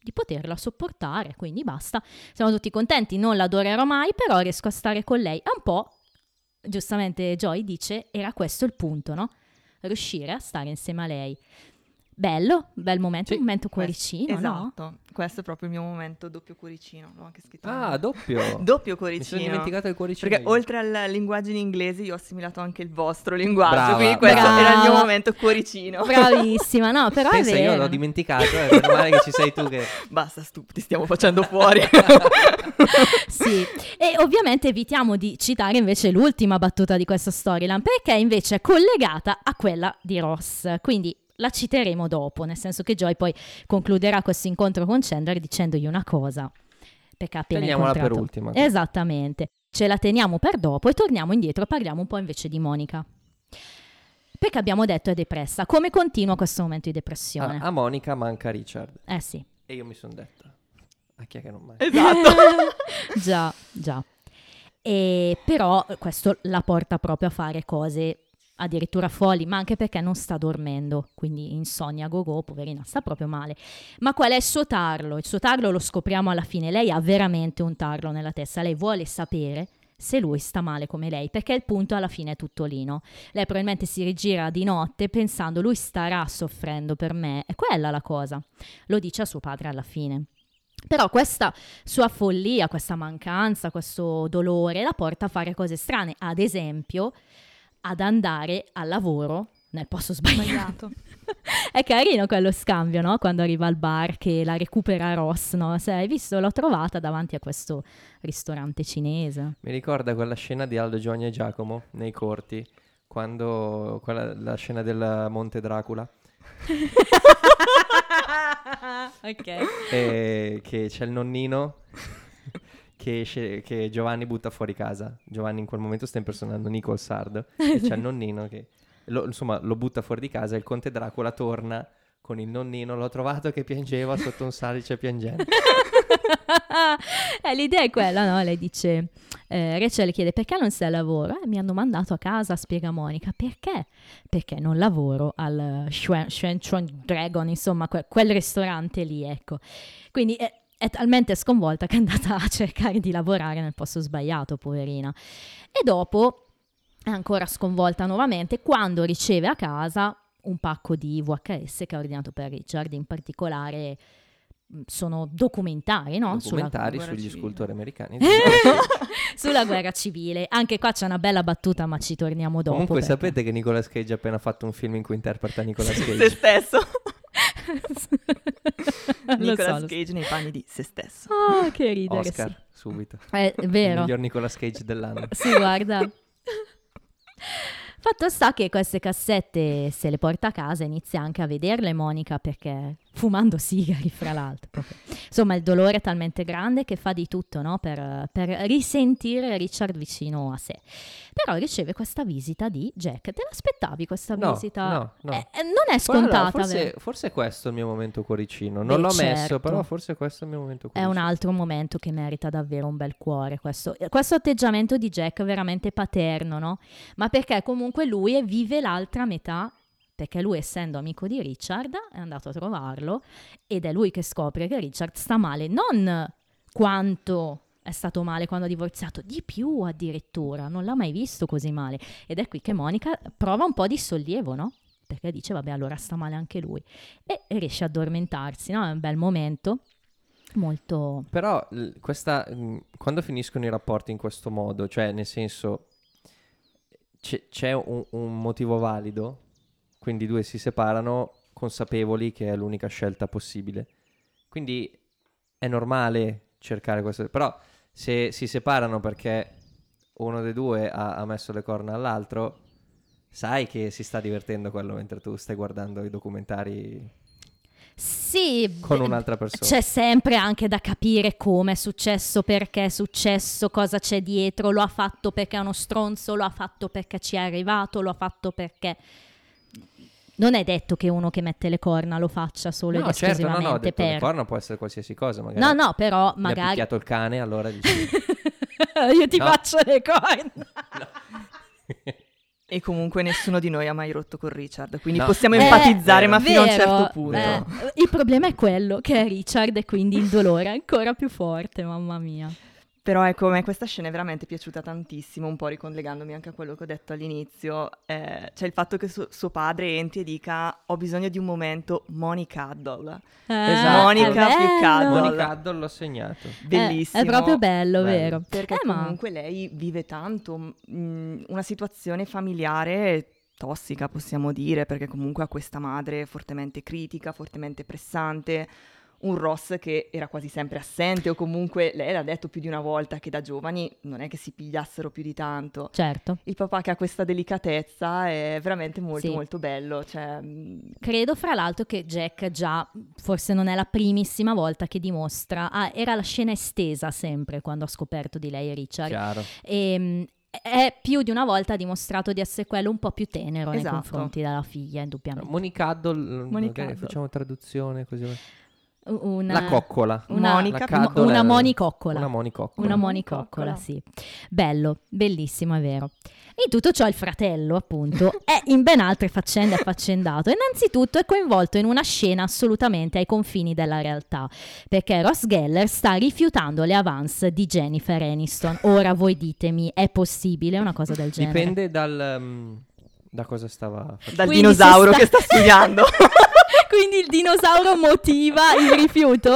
S2: di poterla sopportare, quindi basta, siamo tutti contenti, non l'adorerò mai, però riesco a stare con lei. È un po', giustamente Joy dice, era questo il punto, no? Riuscire a stare insieme a lei. Bello, bel momento,
S1: Sì.
S2: un momento cuoricino,
S3: Esatto,
S2: no?
S3: questo è proprio il mio momento doppio cuoricino. L'ho anche scritto.
S1: Ah, doppio.
S3: Doppio
S1: Mi
S3: cuoricino.
S1: sono dimenticato il cuoricino.
S3: Perché
S1: io.
S3: oltre al linguaggio in inglese io ho assimilato anche il vostro linguaggio,
S1: Brava,
S3: quindi questo
S2: brava.
S3: era il mio momento cuoricino.
S2: Bravissima, no, però
S1: Pensa,
S2: è
S1: io
S2: vero.
S1: l'ho dimenticato, eh, meno male che ci sei tu che...
S3: Basta, stup, ti stiamo facendo fuori.
S2: Sì, e ovviamente evitiamo di citare invece l'ultima battuta di questa storyline, perché invece è collegata a quella di Ross, quindi la citeremo dopo, nel senso che Joy poi concluderà questo incontro con Chandler dicendogli una cosa, perché ha appena
S1: Teniamola per
S2: incontrato.
S1: ultima.
S2: Esattamente, ce la teniamo per dopo e torniamo indietro, parliamo un po' invece di Monica. Perché abbiamo detto è depressa, come continua questo momento di depressione?
S1: A, a Monica manca Richard.
S2: Eh sì.
S1: E io mi sono detto, a chi è che non manca?
S3: Esatto.
S2: Già, già. E però questo la porta proprio a fare cose addirittura folli, ma anche perché non sta dormendo, quindi insonnia go go, poverina, sta proprio male. Ma qual è il suo tarlo? Il suo tarlo lo scopriamo alla fine, lei ha veramente un tarlo nella testa, lei vuole sapere se lui sta male come lei, perché il punto alla fine è tutto lì, no? Lei probabilmente si rigira di notte pensando lui starà soffrendo per me, è quella la cosa, lo dice a suo padre alla fine. Però questa sua follia, questa mancanza, questo dolore la porta a fare cose strane, ad esempio ad andare al lavoro nel posto sbagliato. È carino quello scambio, no? Quando arriva al bar che la recupera Ross, no? Se hai visto, l'ho trovata davanti a questo ristorante cinese.
S1: Mi ricorda quella scena di Aldo, Giovanni e Giacomo nei corti, quando quella, la scena del Monte Dracula.
S2: Ok.
S1: E che c'è il nonnino che, esce, che Giovanni butta fuori casa. Giovanni in quel momento sta impersonando Nicole Sard e c'è il nonnino che lo, insomma lo butta fuori di casa e il conte Dracula torna con il nonnino. L'ho trovato che piangeva sotto un salice piangendo.
S2: eh, l'idea è quella, no? Lei dice, eh, Rachel le chiede perché non sei al lavoro? Eh, mi hanno mandato a casa, spiega Monica. Perché? Perché non lavoro al Shuen Shuen Dragon, insomma que- quel ristorante lì, ecco. Quindi è, è talmente sconvolta che è andata a cercare di lavorare nel posto sbagliato, poverina. E dopo è ancora sconvolta nuovamente quando riceve a casa un pacco di V H S che ha ordinato per Richard, in particolare sono documentari, no?
S1: Documentari
S3: Sulla
S1: sugli
S3: guerra
S1: scultori americani.
S2: Sulla guerra civile. Anche qua c'è una bella battuta, ma ci torniamo dopo.
S1: Comunque
S2: perché...
S1: sapete che Nicolas Cage ha appena fatto un film in cui interpreta Nicolas
S3: Se
S1: Cage?
S3: stesso.
S2: Lo
S3: Nicolas
S2: so, lo so.
S3: Cage nei panni di se stesso.
S2: Oh, che ridere,
S1: Oscar,
S2: sì.
S1: subito.
S2: È
S1: Il
S2: vero.
S1: miglior Nicolas Cage dell'anno.
S2: Sì, guarda. Fatto sta che queste cassette se le porta a casa, inizia anche a vederle Monica, perché fumando sigari fra l'altro. Proprio. Insomma, il dolore è talmente grande che fa di tutto, no? per, per risentire Richard vicino a sé. Però riceve questa visita di Jack. Te l'aspettavi questa
S1: No,
S2: visita?
S1: no, no.
S2: Eh, eh, non è
S1: Poi, allora,
S2: scontata.
S1: forse,
S2: vero?
S1: forse questo è il mio momento cuoricino. Non
S2: Beh,
S1: l'ho
S2: certo.
S1: messo, però forse questo è il mio momento
S2: È
S1: cuoricino.
S2: un altro momento che merita davvero un bel cuore, questo, questo atteggiamento di Jack veramente paterno, no? Ma perché comunque lui vive l'altra metà, perché lui, essendo amico di Richard, è andato a trovarlo ed è lui che scopre che Richard sta male, non quanto è stato male quando ha divorziato, di più addirittura, non l'ha mai visto così male. Ed è qui che Monica prova un po' di sollievo, no? Perché dice, vabbè, allora sta male anche lui. E riesce a addormentarsi, no? È un bel momento. Molto...
S1: Però l- questa, mh, quando finiscono i rapporti in questo modo, cioè nel senso c'è, c'è un, un motivo valido, quindi i due si separano consapevoli che è l'unica scelta possibile. Quindi è normale cercare questo. Però se si separano perché uno dei due ha, ha messo le corna all'altro, sai che si sta divertendo quello mentre tu stai guardando i documentari
S2: Sì,
S1: con
S2: beh,
S1: un'altra persona.
S2: c'è sempre anche da capire come è successo, perché è successo, cosa c'è dietro. Lo ha fatto perché è uno stronzo, lo ha fatto perché ci è arrivato, lo ha fatto perché... Non è detto che uno che mette le corna lo faccia solo ed
S1: No, certo, no,
S2: esclusivamente
S1: no, ho detto, le
S2: per...
S1: corna può essere qualsiasi cosa, magari.
S2: No, no, però
S1: Mi ha
S2: magari...
S1: picchiato il cane, allora dici...
S2: Io ti
S1: No.
S2: faccio le corna.
S3: E comunque nessuno di noi ha mai rotto con Richard, quindi
S1: No.
S3: possiamo
S2: Eh,
S3: empatizzare,
S1: eh,
S3: ma fino a un
S2: vero,
S3: certo punto.
S2: eh, il problema è quello che è Richard e quindi il dolore è ancora più forte, mamma mia.
S3: Però ecco, a me questa scena è veramente piaciuta tantissimo, un po' ricollegandomi anche a quello che ho detto all'inizio. Eh, c'è il fatto che su- suo padre entri e dica ho bisogno di un momento Moni Cuddle.
S1: Esatto.
S3: Monica
S2: è
S3: più
S2: bello.
S3: caldo.
S1: Monica Haddon l'ho segnato.
S3: Bellissimo.
S2: Eh, è proprio bello,
S1: Bello.
S2: vero?
S3: Perché
S2: Eh, ma
S3: comunque lei vive tanto mh, una situazione familiare tossica, possiamo dire, perché comunque ha questa madre fortemente critica, fortemente pressante, un Ross che era quasi sempre assente o comunque lei l'ha detto più di una volta che da giovani non è che si pigliassero più di tanto.
S2: certo.
S3: Il papà che ha questa delicatezza è veramente molto
S2: Sì.
S3: molto bello, cioè mh,
S2: Credo fra l'altro che Jack già, forse non è la primissima volta che dimostra, ah, era la scena estesa sempre quando ha scoperto di lei e Richard.
S1: Chiaro.
S2: E, mh, è più di una volta ha dimostrato di essere quello un po' più tenero
S3: Esatto.
S2: nei confronti della figlia, indubbiamente.
S1: Monica Haddon,
S3: Monica
S1: magari
S3: Haddon.
S1: facciamo traduzione così.
S2: Una,
S1: La coccola.
S2: una,
S3: Monica-
S1: La Cuddle
S2: una
S1: è-
S2: monicoccola.
S1: Una monicoccola.
S2: Una
S3: Una
S2: monicoccola,
S3: monicoccola.
S2: sì. Bello, bellissimo, è vero. In tutto ciò il fratello, appunto, è in ben altre faccende affaccendato. Innanzitutto è coinvolto in una scena assolutamente ai confini della realtà, perché Ross Geller sta rifiutando le avance di Jennifer Aniston. Ora voi ditemi, è possibile una cosa del genere?
S1: Dipende dal... mm, da cosa stava facendo.
S3: dal
S2: Quindi
S3: dinosauro
S2: si
S3: che
S2: sta-
S3: sta studiando.
S2: Quindi il dinosauro motiva il rifiuto?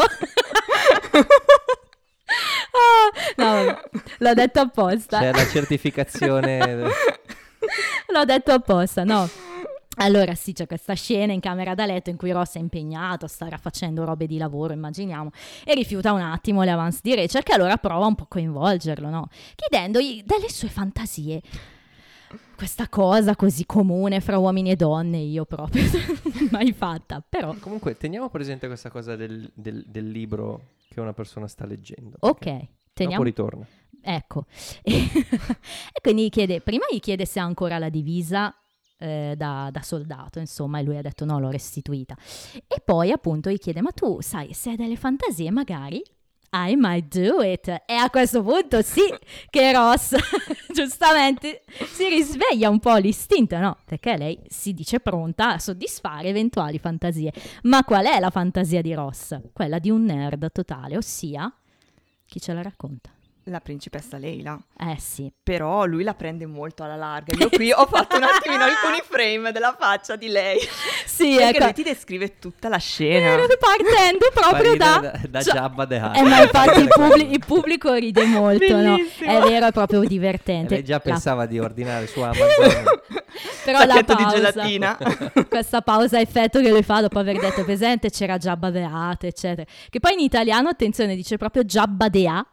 S2: Ah, no, vabbè, l'ho detto apposta.
S1: C'è la certificazione.
S2: L'ho detto apposta, no. Allora sì, c'è questa scena in camera da letto in cui Ross è impegnato, starà facendo robe di lavoro, immaginiamo, e rifiuta un attimo le avance di Rachel, che allora prova un po' a coinvolgerlo, no? Chiedendogli delle sue fantasie. Questa cosa così comune fra uomini e donne, io proprio mai fatta, però...
S1: Comunque, teniamo presente questa cosa del, del- del libro che una persona sta leggendo.
S2: Ok,
S1: perché
S2: teniamo...
S1: Dopo ritorna.
S2: Ecco, e, e quindi gli chiede, prima gli chiede se ha ancora la divisa eh, da, da soldato, insomma, e lui ha detto no, l'ho restituita. E poi appunto gli chiede, ma tu sai, se hai delle fantasie magari I might do it. E a questo punto sì che Ross giustamente si risveglia un po' l'istinto, no? Perché lei si dice pronta a soddisfare eventuali fantasie. Ma qual è la fantasia di Ross? Quella di un nerd totale, ossia, chi ce la racconta?
S3: La principessa Leila.
S2: Eh sì.
S3: Però lui la prende molto alla larga. Io qui ho fatto un attimino alcuni frame della faccia di lei.
S2: Sì,
S3: Perché
S2: ecco.
S3: lui ti descrive tutta la scena.
S2: Partendo proprio
S1: Fa
S2: da...
S1: ridere da, da
S2: Già-
S1: Jabba the Hutt.
S2: Eh, ma infatti il, publi- il pubblico ride molto, no?
S3: Bellissimo.
S2: È vero, è proprio
S1: E
S2: divertente.
S1: lei già
S2: La-
S1: pensava di ordinare su Amazon.
S2: Però la
S3: Sacchetto di
S2: pausa,
S3: gelatina.
S2: questa pausa a effetto che lui fa dopo aver detto presente c'era Jabba the Hutt, eccetera. Che poi in italiano, attenzione, dice proprio Jabba the Hutt.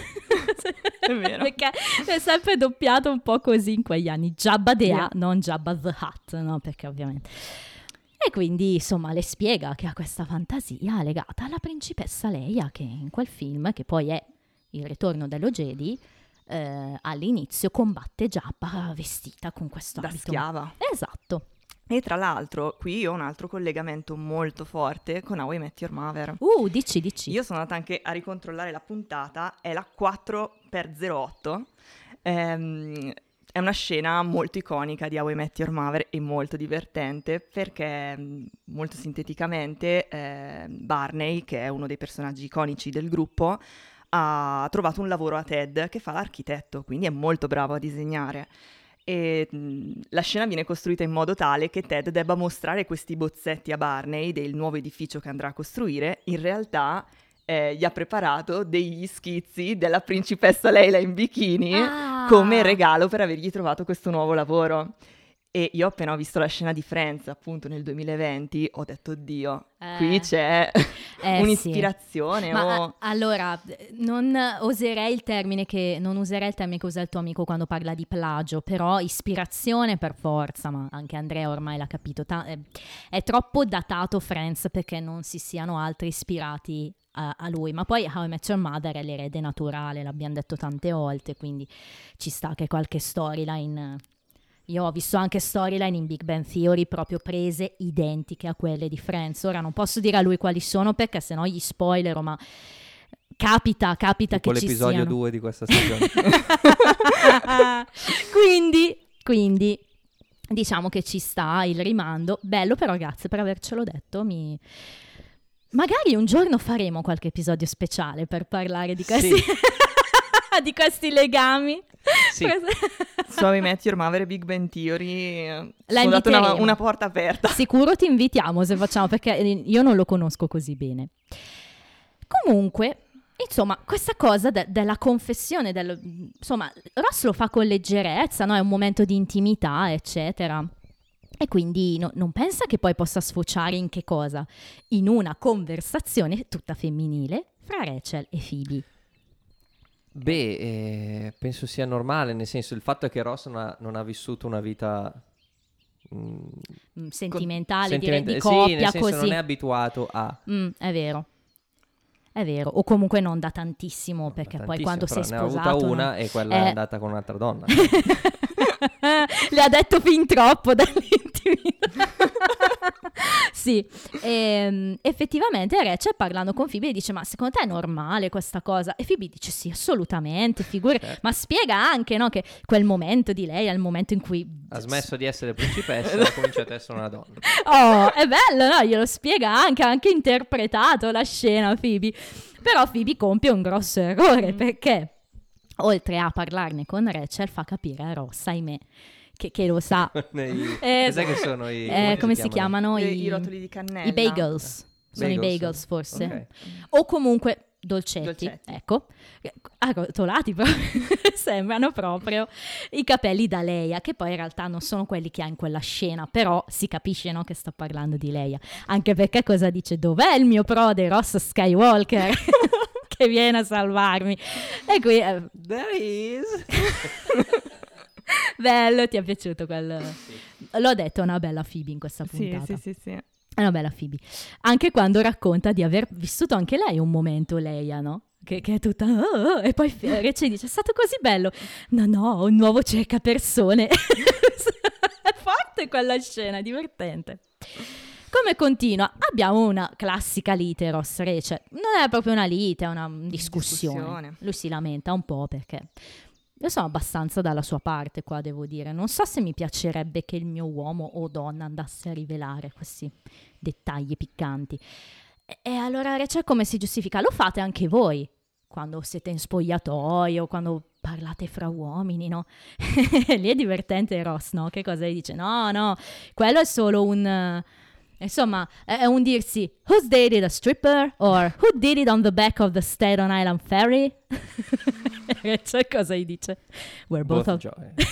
S3: È vero.
S2: Perché è sempre doppiato un po' così in quegli anni. Jabba the
S3: Yeah.
S2: Hutt, non Jabba the Hutt, no? Perché ovviamente... E quindi, insomma, le spiega che ha questa fantasia legata alla principessa Leia, che in quel film, che poi è Il ritorno dello Jedi, eh, all'inizio combatte Jabba vestita con questo
S3: Da
S2: abito.
S3: schiava.
S2: Esatto.
S3: E tra l'altro, qui io ho un altro collegamento molto forte con How I Met Your Mother.
S2: Uh, dici, dici.
S3: Io sono andata anche a ricontrollare la puntata, è la quattro per zero otto. Ehm, è una scena molto iconica di How I Met Your Mother e molto divertente perché, mh, molto sinteticamente, eh, Barney, che è uno dei personaggi iconici del gruppo, ha trovato un lavoro a Ted che fa l'architetto, quindi è molto bravo a disegnare. E mh, la scena viene costruita in modo tale che Ted debba mostrare questi bozzetti a Barney del nuovo edificio che andrà a costruire. In realtà eh, gli ha preparato degli schizzi della principessa Leila in bikini
S2: Ah.
S3: come regalo per avergli trovato questo nuovo lavoro. E io appena ho visto la scena di Friends, appunto nel duemilaventi, ho detto, oddio,
S2: Eh.
S3: qui c'è
S2: Eh,
S3: un'ispirazione.
S2: sì. Ma
S3: o...
S2: a- allora, eh, non userei il termine che non userei il termine che usa il tuo amico quando parla di plagio, però ispirazione per forza, ma anche Andrea ormai l'ha capito. ta- è, è troppo datato Friends perché non si siano altri ispirati a, a lui, ma poi How I Met Your Mother è l'erede naturale, l'abbiamo detto tante volte, quindi ci sta che qualche storyline. Io ho visto anche storyline in Big Bang Theory proprio prese identiche a quelle di Friends. Ora non posso dire a lui quali sono perché sennò gli spoilerò, ma capita, capita
S1: Tipo
S2: che ci
S1: l'episodio
S2: siano.
S1: due di questa stagione.
S2: quindi, quindi diciamo che ci sta il rimando. Bello, però grazie per avercelo detto. Mi... Magari un giorno faremo qualche episodio speciale per parlare di questi,
S1: Sì.
S2: di questi legami.
S1: Sì.
S3: So, I Met Your Mother e Big Bang Theory, eh,
S2: La
S3: ho dato una,
S2: inviteremo.
S3: una porta aperta.
S2: Sicuro ti invitiamo se facciamo, perché io non lo conosco così bene. Comunque, insomma, questa cosa de- della confessione, del, insomma, Ross lo fa con leggerezza, no? È un momento di intimità, eccetera. E quindi no- non pensa che poi possa sfociare in che cosa? In una conversazione tutta femminile fra Rachel e Phoebe.
S1: Beh, eh, penso sia normale, nel senso, il fatto è che Ross non ha, non ha vissuto una vita mm,
S2: Mm, sentimentale,
S1: sentimenta-
S2: direi, di
S1: sì,
S2: coppia,
S1: nel senso,
S2: così.
S1: non è abituato a...
S2: Mm, è vero. È vero, o comunque non da tantissimo, perché poi
S1: tantissimo,
S2: quando
S1: però
S2: sei
S1: ne ha
S2: sposato...
S1: avuta
S2: non-
S1: una e quella
S2: Eh.
S1: è andata con un'altra donna.
S2: Le ha detto fin troppo dall'intimità. Sì, ehm, effettivamente Rachel parlando con Phoebe dice: ma secondo te è normale questa cosa? E Phoebe dice: sì, assolutamente, figura.
S1: Certo.
S2: Ma spiega anche, no, che quel momento di lei è il momento in cui
S1: Ha smesso di essere principessa e ha cominciato a essere una donna.
S2: oh, è bello, no? Glielo spiega anche, ha anche interpretato la scena Phoebe. Però Phoebe compie un grosso errore,
S3: Mm.
S2: perché oltre a parlarne con Rachel fa capire a Ross, ahimè, che, che lo sa.
S1: Nei-
S2: Eh,
S1: cos'è che sono i...
S2: Eh, come si chiamano?
S3: I,
S2: I,
S3: i rotoli di cannella.
S2: i bagels. Sono i
S1: Bagels?
S2: bagels forse.
S1: Ok.
S2: O comunque dolcetti,
S3: Dolcetti.
S2: ecco, arrotolati proprio, sembrano proprio i capelli da Leia, che poi in realtà non sono quelli che ha in quella scena, però si capisce, no, che sta parlando di Leia, anche perché cosa dice? Dov'è il mio prode Ross Skywalker che viene a salvarmi? E qui eh,
S1: There is.
S2: bello, ti è piaciuto quel... L'ho detto, è una bella Phoebe in questa
S3: Sì,
S2: puntata.
S3: sì, sì, sì.
S2: È una bella Phoebe. Anche quando racconta di aver vissuto anche lei un momento, Leia, no? Che, che è tutta... "Oh", e poi Rachel dice: è stato così bello. No, no, un nuovo cerca persone. È forte quella scena, è divertente. Come continua? Abbiamo una classica lite Ross-Rachel. Non è proprio una lite, è una discussione.
S3: Discussione.
S2: Lui si lamenta un po' perché... Io sono abbastanza dalla sua parte qua, devo dire. Non so se mi piacerebbe che il mio uomo o donna andasse a rivelare questi dettagli piccanti. E, e allora Rachel come si giustifica? Lo fate anche voi, quando siete in spogliatoio, quando parlate fra uomini, no? Lì è divertente Ross, no? Che cosa gli dice? No, no, quello è solo un... eh, Insomma, è è un dirsi who's dated a stripper or who did it on the back of the Staten Island Ferry? Cioè, cosa gli dice? We're both,
S1: Both
S2: of...
S1: Joy.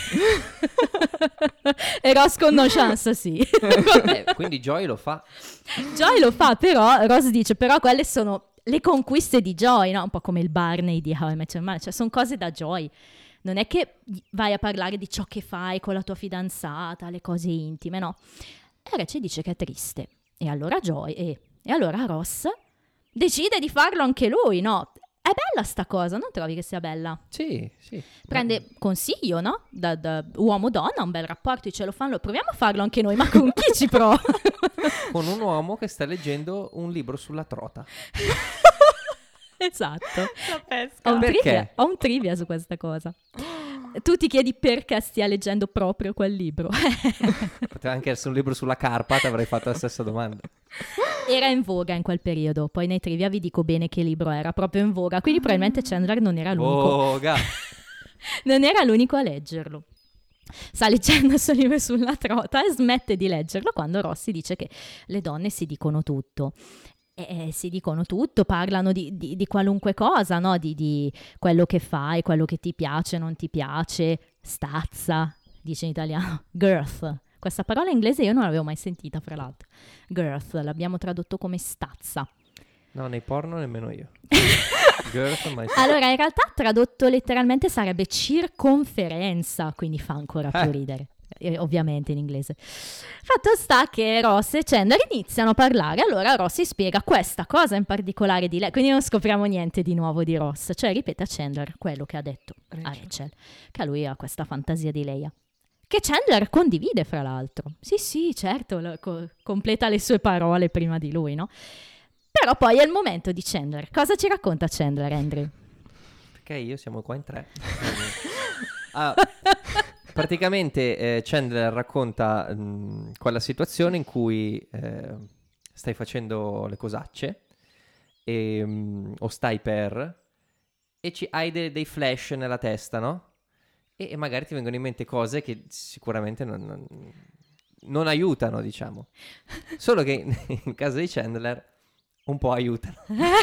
S2: E Ross con no chance, sì.
S1: Eh, quindi Joy lo fa.
S2: Joy lo fa, però Ross dice, però quelle sono le conquiste di Joy, no? Un po' come il Barney di How I Met Your Mother, cioè sono cose da Joy. Non è che vai a parlare di ciò che fai con la tua fidanzata, le cose intime, no? E Rachel dice che è triste. E allora Joy, e, e allora Ross decide di farlo anche lui, no? È bella sta cosa, non trovi che sia bella?
S1: Sì, sì.
S2: Prende consiglio, no? Da, da uomo-donna, un bel rapporto, dice lo fanno, proviamo a farlo anche noi, ma con chi ci prova?
S1: Con un uomo che sta leggendo un libro sulla trota.
S2: Esatto.
S3: La pesca.
S2: Ho un,
S1: Perché?
S2: trivia, ho un trivia su questa cosa. Tu ti chiedi perché stia leggendo proprio quel libro.
S1: Poteva anche essere un libro sulla carpa, ti avrei fatto la stessa domanda.
S2: Era in voga in quel periodo, poi nei trivia vi dico bene che libro era, proprio in voga, quindi probabilmente Chandler non era l'unico,
S1: Voga.
S2: non era l'unico a leggerlo. Sta leggendo il suo libro sulla trota e smette di leggerlo quando Rossi dice che le donne si dicono tutto. E si dicono tutto, parlano di, di, di qualunque cosa, no? Di, di quello che fai, quello che ti piace, non ti piace, stazza, dice in italiano, girth. Questa parola inglese io non l'avevo mai sentita, fra l'altro. Girth, l'abbiamo tradotto come stazza.
S1: No, nei porno nemmeno io. Girth, mai
S2: Allora, in realtà tradotto letteralmente sarebbe circonferenza, quindi fa ancora più
S1: Eh.
S2: ridere. Eh, ovviamente in inglese. Fatto sta che Ross e Chandler iniziano a parlare, allora Ross si spiega questa cosa in particolare di lei, quindi non scopriamo niente di nuovo di Ross, cioè ripete a Chandler quello che ha detto a
S3: Rachel.
S2: Rachel, che lui ha questa fantasia di Leia, che Chandler condivide fra l'altro. Sì, sì, certo, lo- co- completa le sue parole prima di lui, no? Però poi è il momento di Chandler. Cosa ci racconta Chandler, Andrew?
S1: Perché io siamo qua in tre. Ah, praticamente eh, Chandler racconta mh, quella situazione in cui eh, stai facendo le cosacce e, mh, o stai per e ci, hai de- dei flash nella testa, no? E, e magari ti vengono in mente cose che sicuramente non, non, non aiutano, diciamo. Solo che in caso di Chandler un po' aiutano.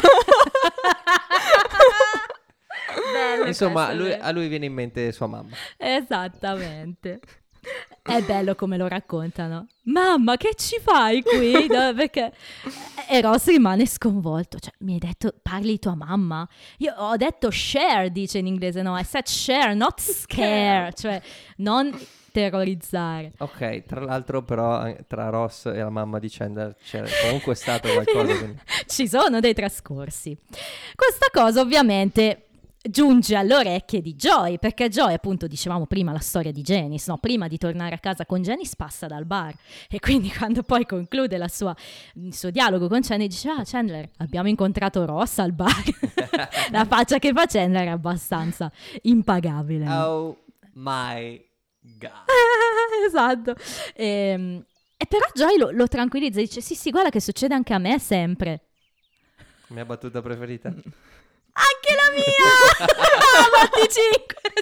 S2: Bello,
S1: Insomma,
S2: questo,
S1: lui-
S2: vero?
S1: a lui viene in mente sua mamma.
S2: Esattamente. È bello come lo raccontano. Mamma, che ci fai qui? No, perché... E Ross rimane sconvolto. Cioè, mi hai detto, parli di tua mamma? Io ho detto share, dice in inglese. No, I said share, not scare. Cioè, non terrorizzare.
S1: Ok, tra l'altro però eh, tra Ross e la mamma di Chandler c'è comunque stato qualcosa. Quindi...
S2: Ci sono dei trascorsi. Questa cosa ovviamente giunge alle orecchie di Joy, perché Joy, appunto, dicevamo prima la storia di Janice, no? Prima di tornare a casa con Janice passa dal bar e quindi quando poi conclude la sua, il suo dialogo con Chandler dice: ah, Chandler, abbiamo incontrato Ross al bar. La faccia che fa Chandler è abbastanza impagabile, no?
S1: Oh my god.
S2: Esatto. Ehm, E però Joy lo, lo tranquillizza, dice: sì sì, guarda che succede anche a me sempre.
S1: Mia battuta preferita.
S2: Anche la mia! Ah, venticinque,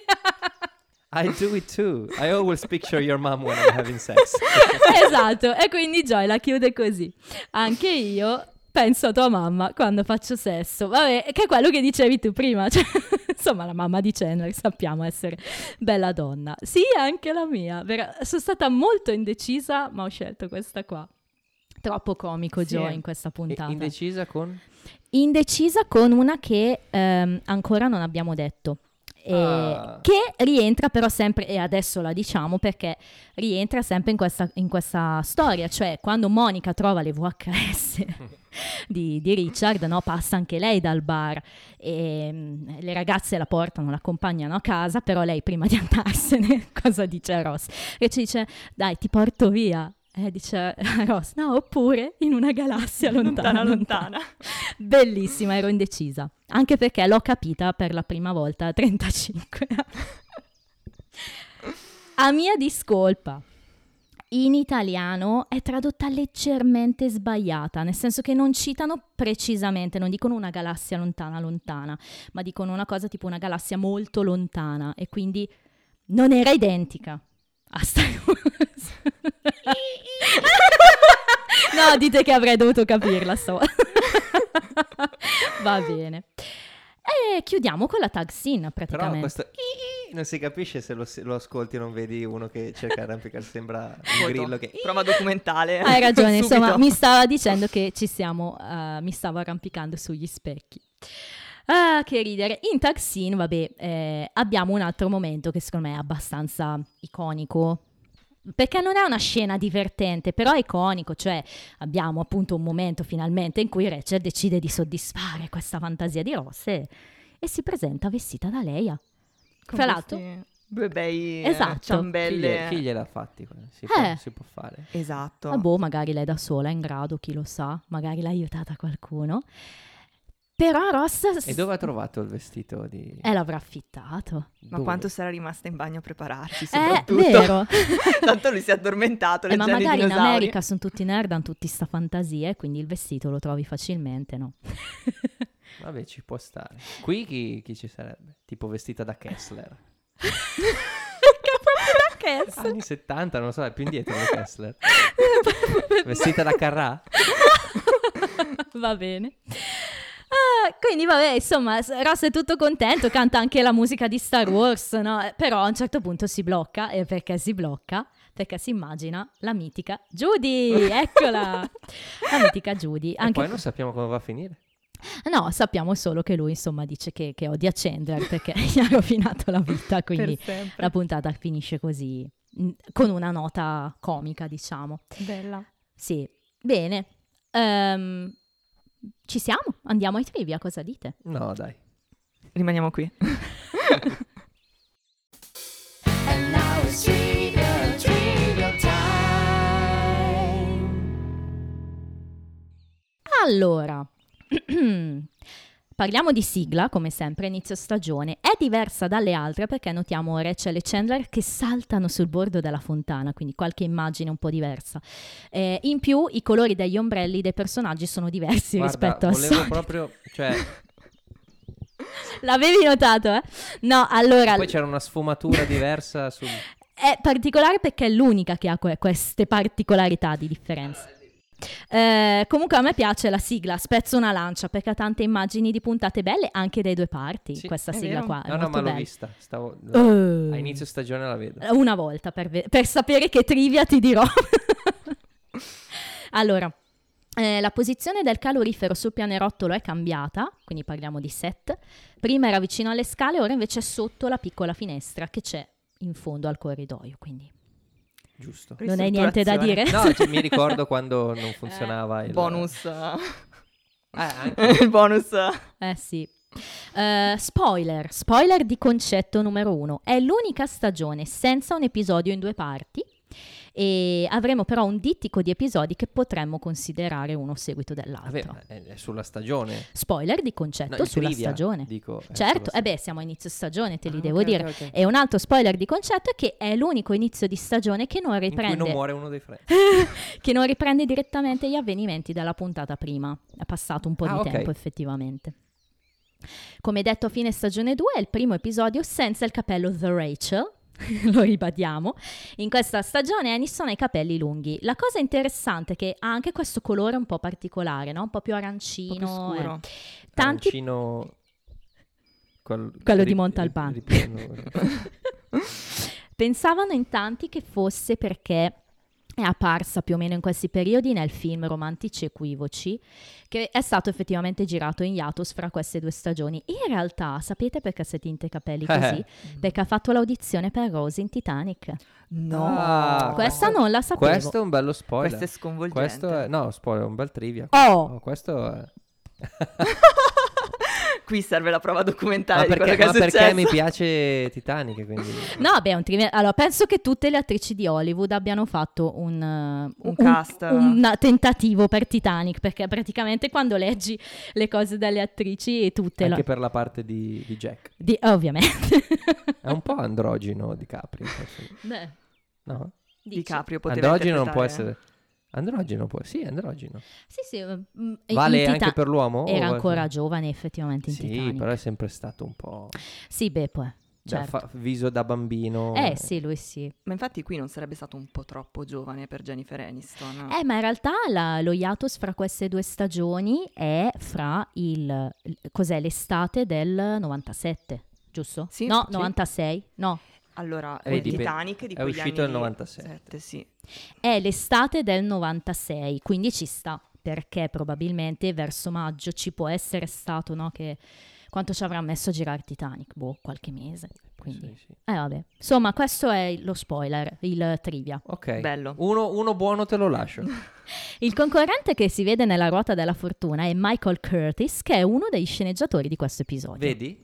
S2: sì.
S1: I do it too. I always picture your mom when I'm having sex.
S2: Esatto, e quindi Joy la chiude così. Anche io penso a tua mamma quando faccio sesso. Vabbè, che è quello che dicevi tu prima. Cioè, insomma, la mamma di Chandler sappiamo essere bella donna. Sì, anche la mia. Vera- sono stata molto indecisa, ma ho scelto questa qua. Troppo comico
S3: Sì.
S2: Joy in questa
S1: E-
S2: puntata.
S1: indecisa con?
S2: Indecisa con una che ehm, ancora non abbiamo detto. E
S1: Ah.
S2: che rientra però sempre, e adesso la diciamo perché rientra sempre in questa, in questa storia, cioè quando Monica trova le V H S di, di Richard, no, passa anche lei dal bar e mm, le ragazze la portano, l'accompagnano a casa, però lei prima di andarsene cosa dice a Ross? E ci dice: dai, ti porto via. E dice Ross: no, oppure in una galassia lontana,
S3: Lontana,
S2: lontana.
S3: lontana.
S2: Bellissima, ero indecisa. Anche perché l'ho capita per la prima volta a trentacinque. A mia discolpa, in italiano è tradotta leggermente sbagliata, nel senso che non citano precisamente, non dicono una galassia lontana lontana, ma dicono una cosa tipo una galassia molto lontana e quindi non era identica a Star Wars. No, dite che avrei dovuto capirla stavolta. Va bene. E chiudiamo con la tag scene
S1: Però
S2: praticamente.
S1: questo non si capisce se lo, se lo ascolti e non vedi uno che cerca di arrampicare, sembra un
S3: Foto.
S1: grillo che...
S3: Prova documentale.
S2: Hai ragione,
S3: Subito.
S2: insomma, mi stava dicendo che ci siamo, eh, mi stavo arrampicando sugli specchi. Ah, che ridere. In tag scene, vabbè, eh, abbiamo un altro momento che secondo me è abbastanza iconico, perché non è una scena divertente, però è iconico, cioè abbiamo appunto un momento finalmente in cui Rachel decide di soddisfare questa fantasia di Ross e, e si presenta vestita da Leia.
S3: Con
S2: Fra l'altro,
S3: questi due bei eh,
S2: Esatto.
S1: Chi,
S3: ciambelle.
S1: gliel- chi gliel'ha fatti? quello? Si, può,
S2: Eh.
S1: si può fare.
S3: Esatto.
S2: ah, boh, magari lei da sola è in grado, chi lo sa, magari l'ha aiutata qualcuno. Però Ross
S1: E dove ha trovato il vestito di...
S2: eh, l'avrà affittato.
S3: Ma
S1: Dove?
S3: quanto sarà rimasta in bagno a prepararsi,
S2: Eh,
S3: soprattutto.
S2: vero.
S3: Tanto lui si è addormentato
S2: Eh, ma
S3: leggendo i
S2: magari in
S3: dinosauri.
S2: America sono tutti nerd, hanno tutti sta fantasia e quindi il vestito lo trovi facilmente, no?
S1: Vabbè, ci può stare. Qui chi, chi ci sarebbe? Tipo vestita da Kessler.
S2: Che proprio
S1: Anni settanta, non lo so, è più indietro di Kessler. Vestita da Carrà?
S2: Va bene. Ah, quindi vabbè, insomma, s- Ross è tutto contento, canta anche la musica di Star Wars, no? Eh, Però a un certo punto si blocca, e perché si blocca? Perché si immagina la mitica Judy, eccola! La mitica Judy.
S1: E
S2: Anche
S1: poi non sappiamo come va a finire.
S2: No, sappiamo solo che lui, insomma, dice che, che odia Chandler perché gli ha rovinato la vita, quindi
S3: Per sempre.
S2: la puntata finisce così, mh, con una nota comica, diciamo.
S3: Bella.
S2: Sì, bene. Ehm, ci siamo? Andiamo ai trivia, cosa dite?
S1: No, dai.
S3: Rimaniamo qui.
S4: And now it's trivia, trivia time.
S2: Allora, Parliamo di sigla, come sempre, inizio stagione. È diversa dalle altre perché notiamo Rachel e Chandler che saltano sul bordo della fontana, quindi qualche immagine un po' diversa. Eh, in più, i colori degli ombrelli dei personaggi sono diversi
S1: Guarda,
S2: rispetto a
S1: volevo
S2: Sony.
S1: proprio, cioè,
S2: L'avevi notato, eh? No, allora...
S1: poi c'era una sfumatura diversa sul...
S2: È particolare perché è l'unica che ha que- queste particolarità di differenza. Eh, comunque a me piace la sigla, spezzo una lancia perché ha tante immagini di puntate belle anche dai due parti.
S1: Sì,
S2: questa
S3: è
S2: sigla
S3: vero.
S2: qua è
S1: No, no,
S2: molto
S1: ma l'ho
S2: bella.
S1: vista. Stavo...
S2: Oh.
S1: A inizio stagione la vedo.
S2: Una volta per, ve- per sapere che trivia ti dirò. Allora, eh, la posizione del calorifero sul pianerottolo è cambiata, quindi parliamo di set. Prima era vicino alle scale, ora invece è sotto la piccola finestra che c'è in fondo al corridoio, quindi
S1: Giusto.
S2: non hai niente da dire.
S1: No, cioè, mi ricordo quando non funzionava il...
S3: Bonus.
S1: Eh, anche...
S3: Il bonus.
S2: Eh sì. Eh, spoiler, spoiler di concetto numero uno. È l'unica stagione senza un episodio in due parti e avremo però un dittico di episodi che potremmo considerare uno seguito dell'altro.
S1: Vabbè, ma è, è sulla stagione.
S2: Spoiler di concetto
S1: No, il
S2: sulla
S1: trivia,
S2: stagione.
S1: dico, è
S2: Certo,
S1: sulla
S2: eh beh, siamo a inizio stagione, te li
S1: Ah,
S2: devo
S1: ok,
S2: dire.
S1: ok, ok.
S2: E un altro spoiler di concetto è che è l'unico inizio di stagione che non
S1: In cui
S2: riprende
S1: non muore uno dei fratelli.
S2: che non riprende direttamente gli avvenimenti della puntata prima. È passato un po'
S1: Ah,
S2: di
S1: ok.
S2: tempo effettivamente. Come detto a fine stagione due è il primo episodio senza il capello The Rachel, lo ribadiamo. In questa stagione Aniston ha i capelli lunghi. La cosa interessante è che ha anche questo colore un po' particolare, no? Un po' più
S3: Un po'
S2: arancino.
S3: più scuro.
S2: eh. Tanti
S1: Arancino... Quel...
S2: Quello di
S1: rip-
S2: Montalbano.
S1: rip- ripieno.
S2: Pensavano in tanti che fosse perché è apparsa più o meno in questi periodi nel film Romantici Equivoci, che è stato effettivamente girato in hiatus fra queste due stagioni. In realtà, sapete perché si è tinta i capelli così?
S1: Eh.
S2: Perché ha fatto l'audizione per Rose in Titanic.
S3: No.
S1: Ah,
S2: Questa non la sapevo.
S1: Questo è un bello spoiler.
S3: Questo è sconvolgente.
S1: Questo è... No, spoiler, è un bel trivia.
S2: Oh!
S1: No, questo è...
S3: Qui serve la prova documentaria
S1: Ma
S3: di quello
S1: perché,
S3: che è
S1: ma
S3: successo.
S1: perché mi piace Titanic, quindi...
S2: No, beh, è un trivia- allora penso che tutte le attrici di Hollywood abbiano fatto un, uh,
S3: Un cast.
S2: un tentativo per Titanic, perché praticamente quando leggi le cose dalle attrici tutte
S1: Anche
S2: lo-
S1: per la parte di, di Jack.
S2: di- ovviamente.
S1: È un po' androgino DiCaprio. forse.
S2: Beh,
S1: No?
S2: dici.
S3: DiCaprio poteva
S1: Androgino non può
S3: interpretare-
S1: essere... Androgino può... Sì, androgino.
S2: Sì, sì. mm,
S1: Vale
S2: in
S1: anche
S2: Tita-
S1: per l'uomo?
S2: Era
S1: O-
S2: ancora giovane effettivamente in
S1: Sì,
S2: Titanic.
S1: però è sempre stato un po'...
S2: Sì, beh, poi.
S1: da
S2: Certo.
S1: fa- viso da bambino.
S2: Eh sì, lui sì.
S3: Ma infatti qui non sarebbe stato un po' troppo giovane per Jennifer Aniston.
S2: Eh, ma in realtà la- lo hiatus fra queste due stagioni è fra il... cos'è? L'estate del novantasette, giusto?
S3: Sì,
S2: No,
S3: sì.
S2: novantasei? No.
S3: Allora,
S1: Eh,
S3: il
S1: dip-
S3: Titanic di
S1: è
S3: quegli
S1: uscito
S3: anni
S1: nel novantasette.
S3: sette, sì.
S2: È l'estate del novantasei, quindi ci sta, perché probabilmente verso maggio ci può essere stato, no, che quanto ci avrà messo a girare Titanic? Boh, qualche mese. Quindi,
S1: Sì, sì.
S2: eh vabbè. Insomma, questo è lo spoiler, il trivia.
S1: Ok.
S3: Bello.
S1: Uno, uno buono te lo lascio.
S2: Il concorrente che si vede nella ruota della fortuna è Michael Curtis, che è uno dei sceneggiatori di questo episodio.
S1: Vedi?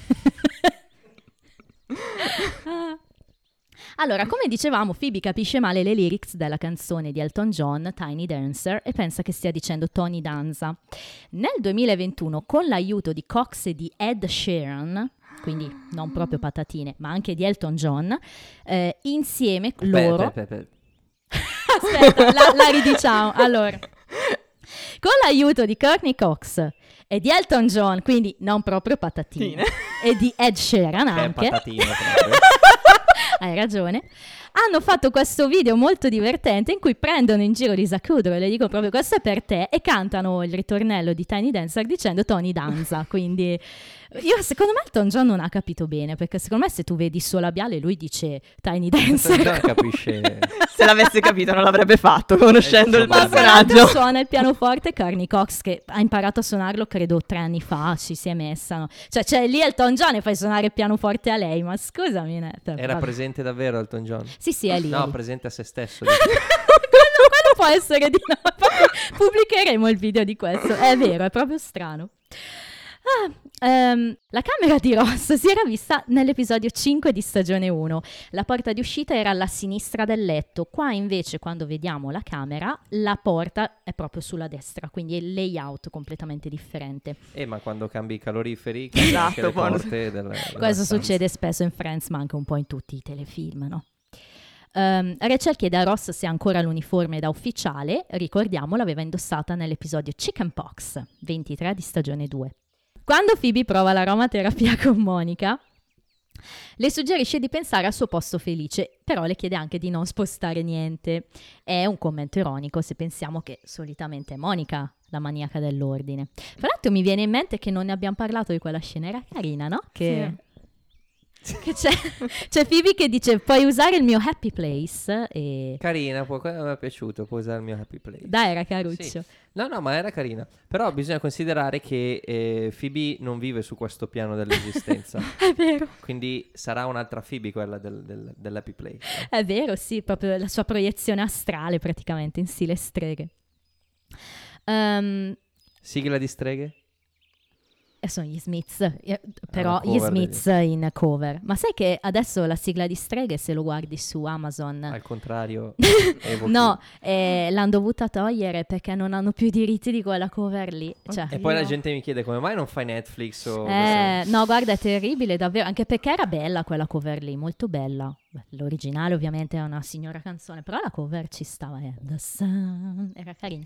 S2: Allora, come dicevamo, Phoebe capisce male le lyrics della canzone di Elton John, Tiny Dancer, e pensa che stia dicendo Tony Danza. Nel duemilaventuno, con l'aiuto di Cox e di Ed Sheeran, quindi non proprio patatine, ma anche di Elton John, eh, insieme loro...
S1: Aspetta, aspetta,
S2: Aspetta, la, la ridiciamo. Allora, con l'aiuto di Courtney Cox e di Elton John, quindi non proprio patatine,
S3: Tine.
S2: e di Ed Sheeran
S1: che è
S2: anche...
S1: patatino proprio.
S2: Hai ragione. Hanno fatto questo video molto divertente in cui prendono in giro Lisa Kudrow e le dicono proprio questo è per te e cantano il ritornello di Tiny Dancer dicendo Tony Danza. Quindi io secondo me Elton John non ha capito bene, perché secondo me se tu vedi il suo labiale lui dice Tiny Dancer.
S1: Non capisce.
S3: Se l'avesse capito non l'avrebbe fatto, conoscendo
S1: Eh,
S3: il
S2: Ma
S1: insomma,
S2: fra l'altro
S3: personaggio.
S2: suona il pianoforte Courtney Cox che ha imparato a suonarlo credo tre anni fa, ci si è messa. No? Cioè c'è lì Elton John e fai suonare il pianoforte a lei, ma scusami. ne-
S1: Era
S2: vabbè.
S1: presente davvero Elton John?
S2: Sì, sì, è lì. è
S1: No,
S2: lì.
S1: presente a se stesso.
S2: quello, quello può essere di no. Pubblicheremo il video di questo. È vero, è proprio strano. Ehm, la camera di Ross si era vista nell'episodio cinque di stagione uno. La porta di uscita era alla sinistra del letto. Qua invece, quando vediamo la camera, la porta è proprio sulla destra, quindi il layout completamente differente.
S1: Eh, ma quando cambi i caloriferi, cambi
S3: Esatto,
S1: anche le
S3: quando-
S1: porte della, della
S2: Questo
S1: stanza.
S2: succede spesso in Friends, ma anche un po' in tutti i telefilm, no? Ehm, Rachel chiede a Ross se ha ancora l'uniforme da ufficiale. Ricordiamo, l'aveva indossata nell'episodio Chickenpox ventitré di stagione due. Quando Phoebe prova l'aromaterapia con Monica, le suggerisce di pensare al suo posto felice, però le chiede anche di non spostare niente. È un commento ironico se pensiamo che solitamente è Monica la maniaca dell'ordine. Fra l'altro mi viene in mente che non ne abbiamo parlato di quella scena, era carina, no? Che, che c'è, c'è Phoebe che dice puoi usare il mio happy place e...
S1: Carina, può, quello mi è piaciuto, può usare il mio happy place.
S2: Dai, era caruccio.
S1: Sì. No, no, ma era carina. Però bisogna considerare che eh, Phoebe non vive su questo piano dell'esistenza.
S2: È vero.
S1: Quindi sarà un'altra Phoebe quella del, del, dell'happy place.
S2: È vero, sì, proprio la sua proiezione astrale praticamente in stile streghe. Ehm,
S1: Sigla di streghe?
S2: e sono gli Smiths, eh, però
S1: Ah,
S2: gli
S1: cover
S2: Smiths in cover. Ma sai che adesso la sigla di streghe, se lo guardi su Amazon,
S1: Al contrario, evochi-
S2: no, eh, l'hanno dovuta togliere perché non hanno più i diritti di quella cover lì. Cioè,
S1: E poi la
S3: Io-
S1: gente mi chiede come mai non fai Netflix o...
S2: eh, no, guarda, è terribile, davvero, anche perché era bella quella cover lì, molto bella. Beh, l'originale ovviamente è una signora canzone, però la cover ci stava, eh. The Sun, era carina.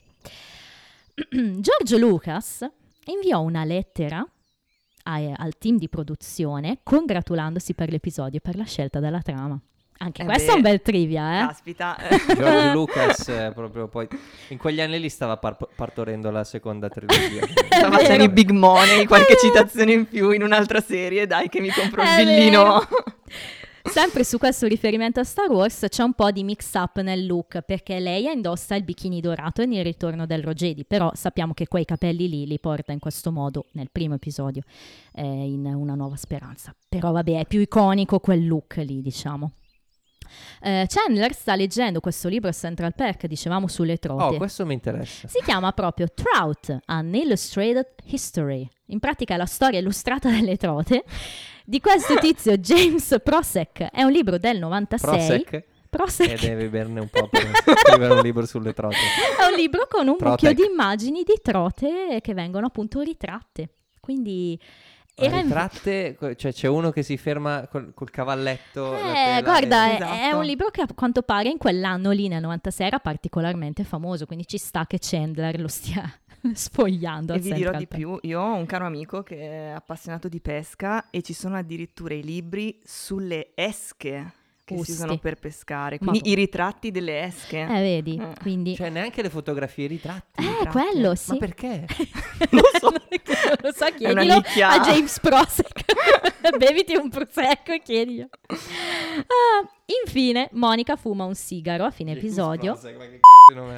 S2: George Lucas inviò una lettera ai- al team di produzione congratulandosi per l'episodio e per la scelta della trama. Anche
S3: Eh
S2: questo
S3: beh,
S2: è un bel trivia, eh?
S3: Caspita.
S1: George Lucas eh, proprio poi in quegli anni lì stava par- partorendo la seconda trilogia.
S3: Sta
S2: È
S3: facendo
S2: vero.
S3: i big money, qualche citazione in più in un'altra serie, dai che mi compro il
S2: È
S3: villino.
S2: vero. Sempre su questo riferimento a Star Wars c'è un po' di mix up nel look perché Leia indossa il bikini dorato nel Ritorno del Jedi, però sappiamo che quei capelli lì li porta in questo modo nel primo episodio eh, in Una Nuova Speranza. Però vabbè, è più iconico quel look lì, diciamo. Eh, Chandler sta leggendo questo libro Central Perk, dicevamo, sulle trote.
S1: Oh, questo mi interessa.
S2: Si chiama proprio Trout, An Illustrated History. In pratica è la storia illustrata delle trote di questo tizio James Prosek. È un libro del novantasei.
S1: Prosec.
S2: Prosek.
S1: E devi berne un po' per scrivere un libro sulle trote.
S2: È un libro con un
S1: Trotec.
S2: mucchio di immagini di trote che vengono appunto ritratte. Quindi
S1: Ma
S2: era in-
S1: ritratte, co- cioè c'è uno che si ferma col, col cavalletto. la
S2: Eh,
S1: tela
S2: guarda,
S1: e-
S2: è,
S3: Esatto.
S2: è un libro che a quanto pare in quell'anno lì nel novantasei era particolarmente famoso, quindi ci sta che Chandler lo stia sfogliando.
S3: E
S2: al
S3: vi dirò
S2: Central
S3: di
S2: Perk.
S3: più, io ho un caro amico che è appassionato di pesca e ci sono addirittura i libri sulle esche che
S2: Usti.
S3: si usano per pescare,
S2: Ma-
S3: quindi i ritratti delle esche.
S2: Eh, vedi,
S3: Eh.
S2: quindi...
S1: Cioè neanche le fotografie, i ritratti.
S2: eh,
S3: ritratti.
S2: quello, sì.
S1: Ma perché?
S3: Lo so.
S2: Non lo so,
S3: È una
S2: chiedilo
S3: nicchia.
S2: a James Prosek. Beviti un prosecco e chiediglielo. Ah, infine, Monica fuma un sigaro a fine episodio.
S1: Prosec, ma che cazzo di nome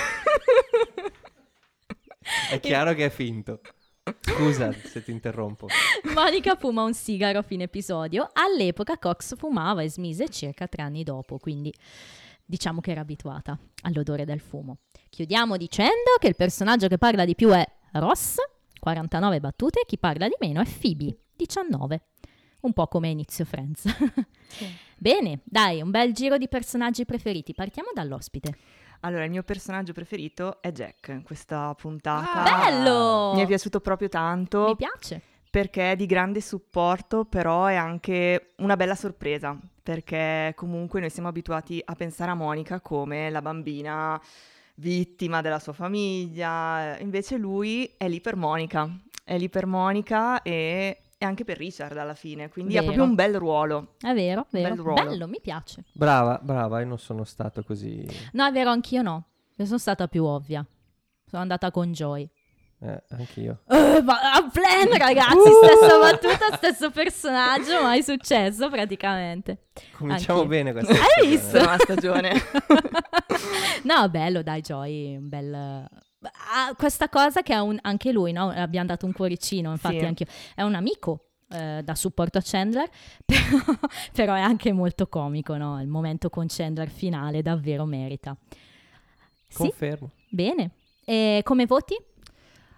S1: è? È chiaro che è finto. Scusa se ti interrompo.
S2: Monica fuma un sigaro a fine episodio. All'epoca Cox fumava e smise circa tre anni dopo, quindi diciamo che era abituata all'odore del fumo. Chiudiamo dicendo che il personaggio che parla di più è Ross, quarantanove battute, chi parla di meno è Phoebe, diciannove. Un po' come inizio Friends. Bene, dai, un bel giro di personaggi preferiti. Partiamo dall'ospite.
S3: Allora, il mio personaggio preferito è Jack, questa puntata.
S1: Ah,
S2: Bello!
S3: Mi è piaciuto proprio tanto.
S2: Mi piace.
S3: Perché è di grande supporto, però è anche una bella sorpresa, perché comunque noi siamo abituati a pensare a Monica come la bambina vittima della sua famiglia, invece lui è lì per Monica, è lì per Monica e, e anche per Richard alla fine, quindi
S2: Vero.
S3: ha proprio un bel ruolo.
S2: È vero, vero.
S3: Bel ruolo.
S2: Bello, mi piace.
S1: Brava, brava, io non sono stato così.
S2: No, è vero, anch'io no. Io sono stata più ovvia. Sono andata con Joy.
S1: Eh, anch'io.
S2: Uh, ma a plan, ragazzi, stessa battuta, stesso personaggio, mai successo praticamente.
S1: Cominciamo
S2: Anch'io.
S1: bene questa
S2: Hai
S1: stagione.
S2: visto?
S3: Una stagione.
S2: No, bello, dai, Joy, un bel... Ah, questa cosa che ha un... anche lui, no? Abbiamo dato un cuoricino, infatti
S3: Sì.
S2: anch'io. È un amico eh, da supporto a Chandler, però, però è anche molto comico, no? Il momento con Chandler finale davvero merita. Sì,
S1: Confermo.
S2: bene. E come voti?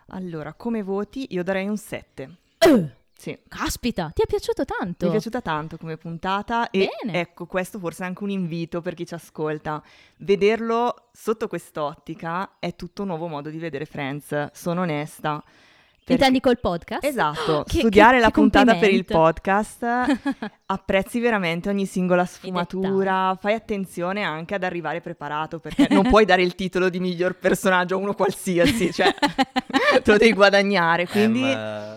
S3: Allora, come voti io darei un sette.
S2: Eh,
S3: Sì.
S2: caspita, ti è piaciuto tanto?
S3: Mi è piaciuta tanto come puntata e
S2: Bene.
S3: ecco, questo forse è anche un invito per chi ci ascolta. Vederlo sotto quest'ottica è tutto un nuovo modo di vedere Friends, sono onesta. Perché-
S2: Intendi col podcast?
S3: Esatto,
S2: Che-
S3: studiare
S2: che-
S3: la
S2: che
S3: puntata per il
S2: complimento.
S3: podcast, apprezzi veramente ogni singola sfumatura, fai attenzione anche ad arrivare preparato, perché non puoi dare il titolo di miglior personaggio a uno qualsiasi, cioè te lo devi guadagnare, quindi...
S1: Eh, ma-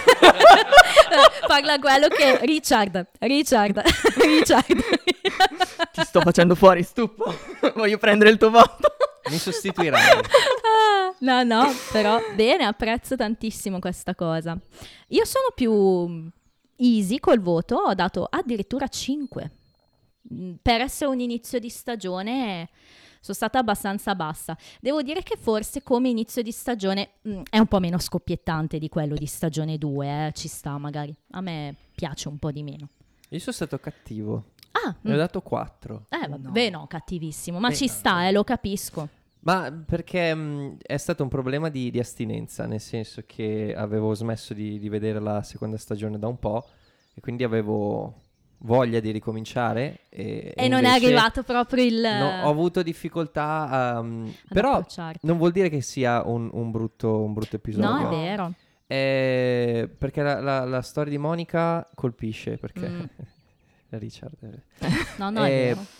S2: Parla quello che... Richard, Richard, Richard.
S3: Ti sto facendo fuori, stupo, voglio prendere il tuo voto.
S1: Mi sostituirai.
S2: Ah, no, no, però bene, apprezzo tantissimo questa cosa. Io sono più easy col voto, ho dato addirittura cinque. Mm, Per essere un inizio di stagione sono stata abbastanza bassa. Devo dire che forse come inizio di stagione mm, è un po' meno scoppiettante di quello di stagione due, eh, ci sta magari. A me piace un po' di meno.
S1: Io sono stato cattivo.
S2: Ah,
S1: Ne ho
S2: mm,
S1: dato quattro.
S2: eh, vabbè, no, cattivissimo, ma
S1: Beh,
S2: ci sta, eh, lo capisco.
S1: Ma perché mh, è stato un problema di, di astinenza, nel senso che avevo smesso di, di vedere la seconda stagione da un po' e quindi avevo voglia di ricominciare. E,
S2: E non è
S1: invece
S2: arrivato proprio il...
S1: no, ho avuto difficoltà a...
S2: ad
S1: però
S2: approcciarti.
S1: non vuol dire che sia un, un brutto, un brutto episodio.
S2: No, è vero.
S1: Eh, perché la, la- la storia di Monica colpisce, perché
S2: Mm.
S1: Richard... eh.
S2: No, no, è
S1: Eh,
S2: vero.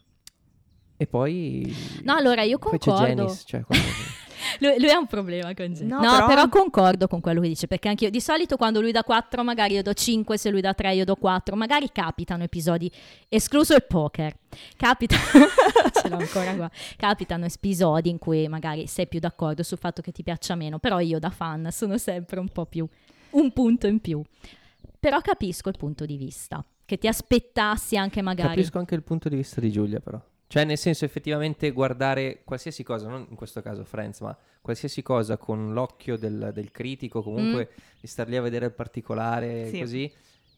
S1: E poi...
S2: No, allora io
S1: poi c'è
S2: concordo.
S1: Janice, cioè, quando-
S2: Lui, lui ha un problema con Janice.
S3: No,
S2: No, però...
S3: però-
S2: concordo con quello che dice, perché anche io di solito quando lui dà quattro magari io do cinque, se lui dà tre io do quattro, magari capitano episodi, escluso il poker, capita, ce l'ho ancora qua, capitano episodi in cui magari sei più d'accordo sul fatto che ti piaccia meno, però io da fan sono sempre un po' più, un punto in più. Però capisco il punto di vista, che ti aspettassi anche magari...
S1: Capisco anche il punto di vista di Giulia, però. Cioè, nel senso, effettivamente guardare qualsiasi cosa, non in questo caso Friends, ma qualsiasi cosa con l'occhio del, del critico, comunque di star lì a vedere il particolare,
S3: Sì.
S1: così,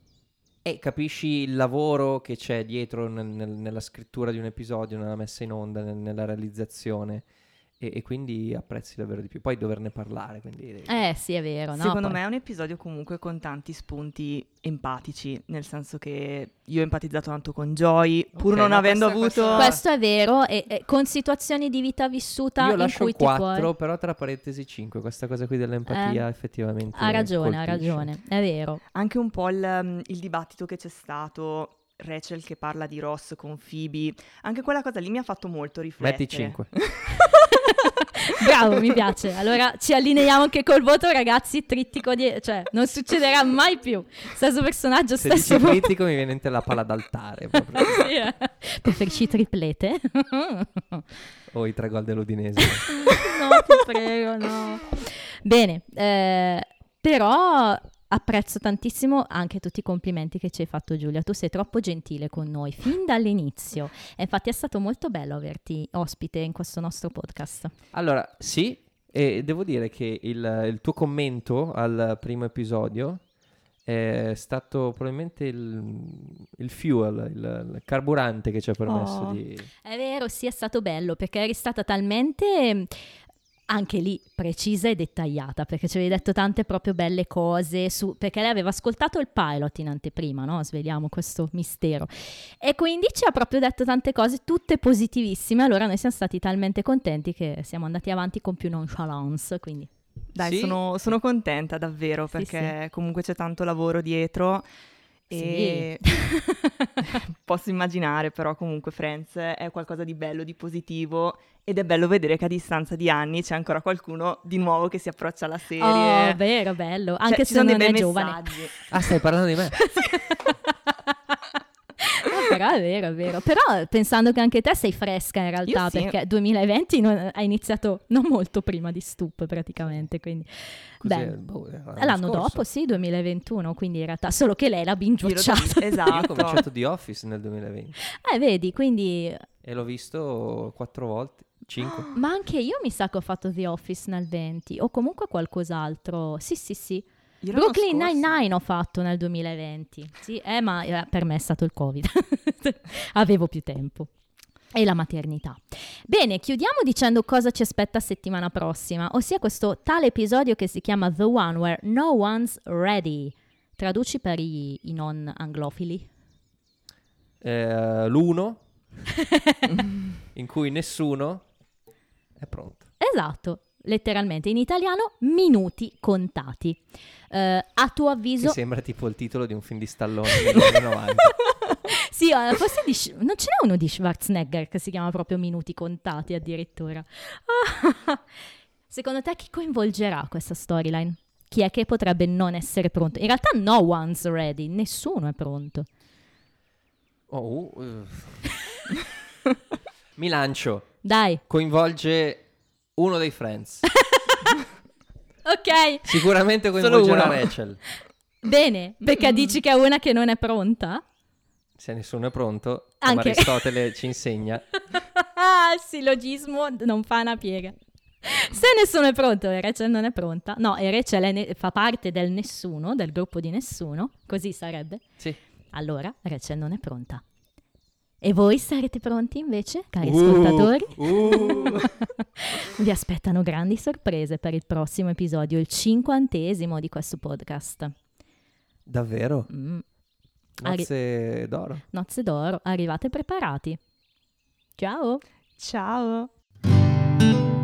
S1: e capisci il lavoro che c'è dietro nel- nel- nella scrittura di un episodio, nella messa in onda, nel- nella realizzazione, e, e quindi apprezzi davvero di più. Poi doverne parlare, quindi...
S2: Eh sì, è vero, no?
S3: Secondo
S2: Poi-
S3: me è un episodio comunque con tanti spunti empatici, nel senso che io ho empatizzato tanto con Joy, pur
S1: Ok,
S3: non
S1: no,
S3: avendo
S1: questa-
S3: avuto...
S2: Questo è vero, e, e con situazioni di vita vissuta
S1: Io
S2: in
S1: lascio
S2: cui
S1: il
S2: ti
S1: quattro,
S2: puoi...
S1: però tra parentesi cinque, questa cosa qui dell'empatia
S2: Eh,
S1: effettivamente
S2: Ha ragione, ha
S1: colpisce.
S2: ragione, è vero.
S3: Anche un po' il, il dibattito che c'è stato, Rachel che parla di Ross con Phoebe, anche quella cosa lì mi ha fatto molto riflettere.
S1: Metti cinque.
S2: Bravo, mi piace. Allora ci allineiamo anche col voto, ragazzi, trittico di... Cioè, non succederà mai più. Stesso personaggio,
S1: Se
S2: stesso
S1: dici
S2: voto.
S1: critico mi viene in mente la pala d'altare proprio.
S2: Sì, eh. Preferisci triplete?
S1: O i tre gol dell'Udinese.
S2: No, ti prego, no. Bene, eh, però apprezzo tantissimo anche tutti i complimenti che ci hai fatto, Giulia. Tu sei troppo gentile con noi fin dall'inizio. E infatti è stato molto bello averti ospite in questo nostro podcast.
S1: Allora, sì, e devo dire che il, il tuo commento al primo episodio è stato probabilmente il, il fuel, il, il carburante che ci ha permesso
S2: Oh.
S1: di...
S2: È vero, sì, è stato bello perché eri stata talmente anche lì precisa e dettagliata, perché ci avevi detto tante proprio belle cose su, perché lei aveva ascoltato il pilot in anteprima, no? Sveliamo questo mistero, e quindi ci ha proprio detto tante cose tutte positivissime. Allora noi siamo stati talmente contenti che siamo andati avanti con più nonchalance, quindi
S3: Dai,
S1: Sì.
S3: sono, sono contenta davvero,
S2: Sì,
S3: perché comunque c'è tanto lavoro dietro e posso immaginare, però comunque Friends è qualcosa di bello, di positivo, ed è bello vedere che a distanza di anni c'è ancora qualcuno di nuovo che si approccia alla serie.
S2: oh, vero, bello,
S3: Cioè,
S2: anche
S3: ci
S2: se
S3: sono
S2: non
S3: dei
S2: è
S3: bei
S2: giovane.
S3: messaggi.
S1: Ah, stai parlando di me?
S2: Ah, però è vero, è vero. Però pensando che anche te sei fresca in realtà,
S3: Io sì.
S2: perché duemilaventi non, hai iniziato non molto prima di Stup praticamente, quindi
S1: Cos'è?
S2: beh,
S1: Boh, era
S2: l'anno
S1: scorso.
S2: dopo sì, duemilaventuno, quindi in realtà solo che lei l'ha
S3: Giro
S2: bingiucciata.
S3: di- Esatto.
S1: Io ho cominciato The Office nel duemilaventi
S2: Eh, vedi, quindi...
S1: e l'ho visto quattro volte, cinque.
S2: Ma anche io mi sa che ho fatto The Office nel venti, o comunque qualcos'altro. Sì, sì, sì.
S3: Io l'anno
S2: Brooklyn
S3: scorso-
S2: Nine-Nine ho fatto nel duemilaventi. Sì, eh, ma eh, per me è stato il Covid. Avevo più tempo. e la maternità. Bene, chiudiamo dicendo cosa ci aspetta settimana prossima, ossia questo tale episodio che si chiama The One Where No One's Ready. Traduci per i, i non anglofili.
S1: Eh, l'uno in cui nessuno è pronto.
S2: Esatto, letteralmente in italiano minuti contati. Eh, a tuo
S1: Che
S2: avviso...
S1: sembra tipo il titolo di un film di Stallone degli anni novanta.
S2: Sì, eh, forse di Sch- non ce n'è uno di Schwarzenegger che si chiama proprio Minuti contati addirittura. Ah, secondo te chi coinvolgerà questa storyline? Chi è che potrebbe non essere pronto? In realtà no one's ready, nessuno è pronto.
S1: Oh, uh. Mi lancio.
S2: Dai,
S1: Coinvolge uno dei Friends.
S2: ok,
S1: Sicuramente
S3: Solo
S1: coinvolgerà
S3: uno.
S1: Rachel.
S2: bene, perché dici che è una che non è pronta?
S1: Se nessuno è pronto, come
S2: Anche-
S1: Aristotele ci insegna.
S2: Ah, il sillogismo non fa una piega. Se nessuno è pronto e Rachel non è pronta, no, e Rachel è ne- fa parte del nessuno, del gruppo di nessuno, così sarebbe.
S1: Sì.
S2: Allora Rachel non è pronta. E voi sarete pronti invece, cari
S1: Uh,
S2: ascoltatori?
S1: uh.
S2: Vi aspettano grandi sorprese per il prossimo episodio, il cinquantesimo di questo podcast.
S1: Davvero?
S2: Mm. Arri-
S1: Nozze d'oro.
S2: Nozze d'oro, arrivate preparati. Ciao!
S3: Ciao.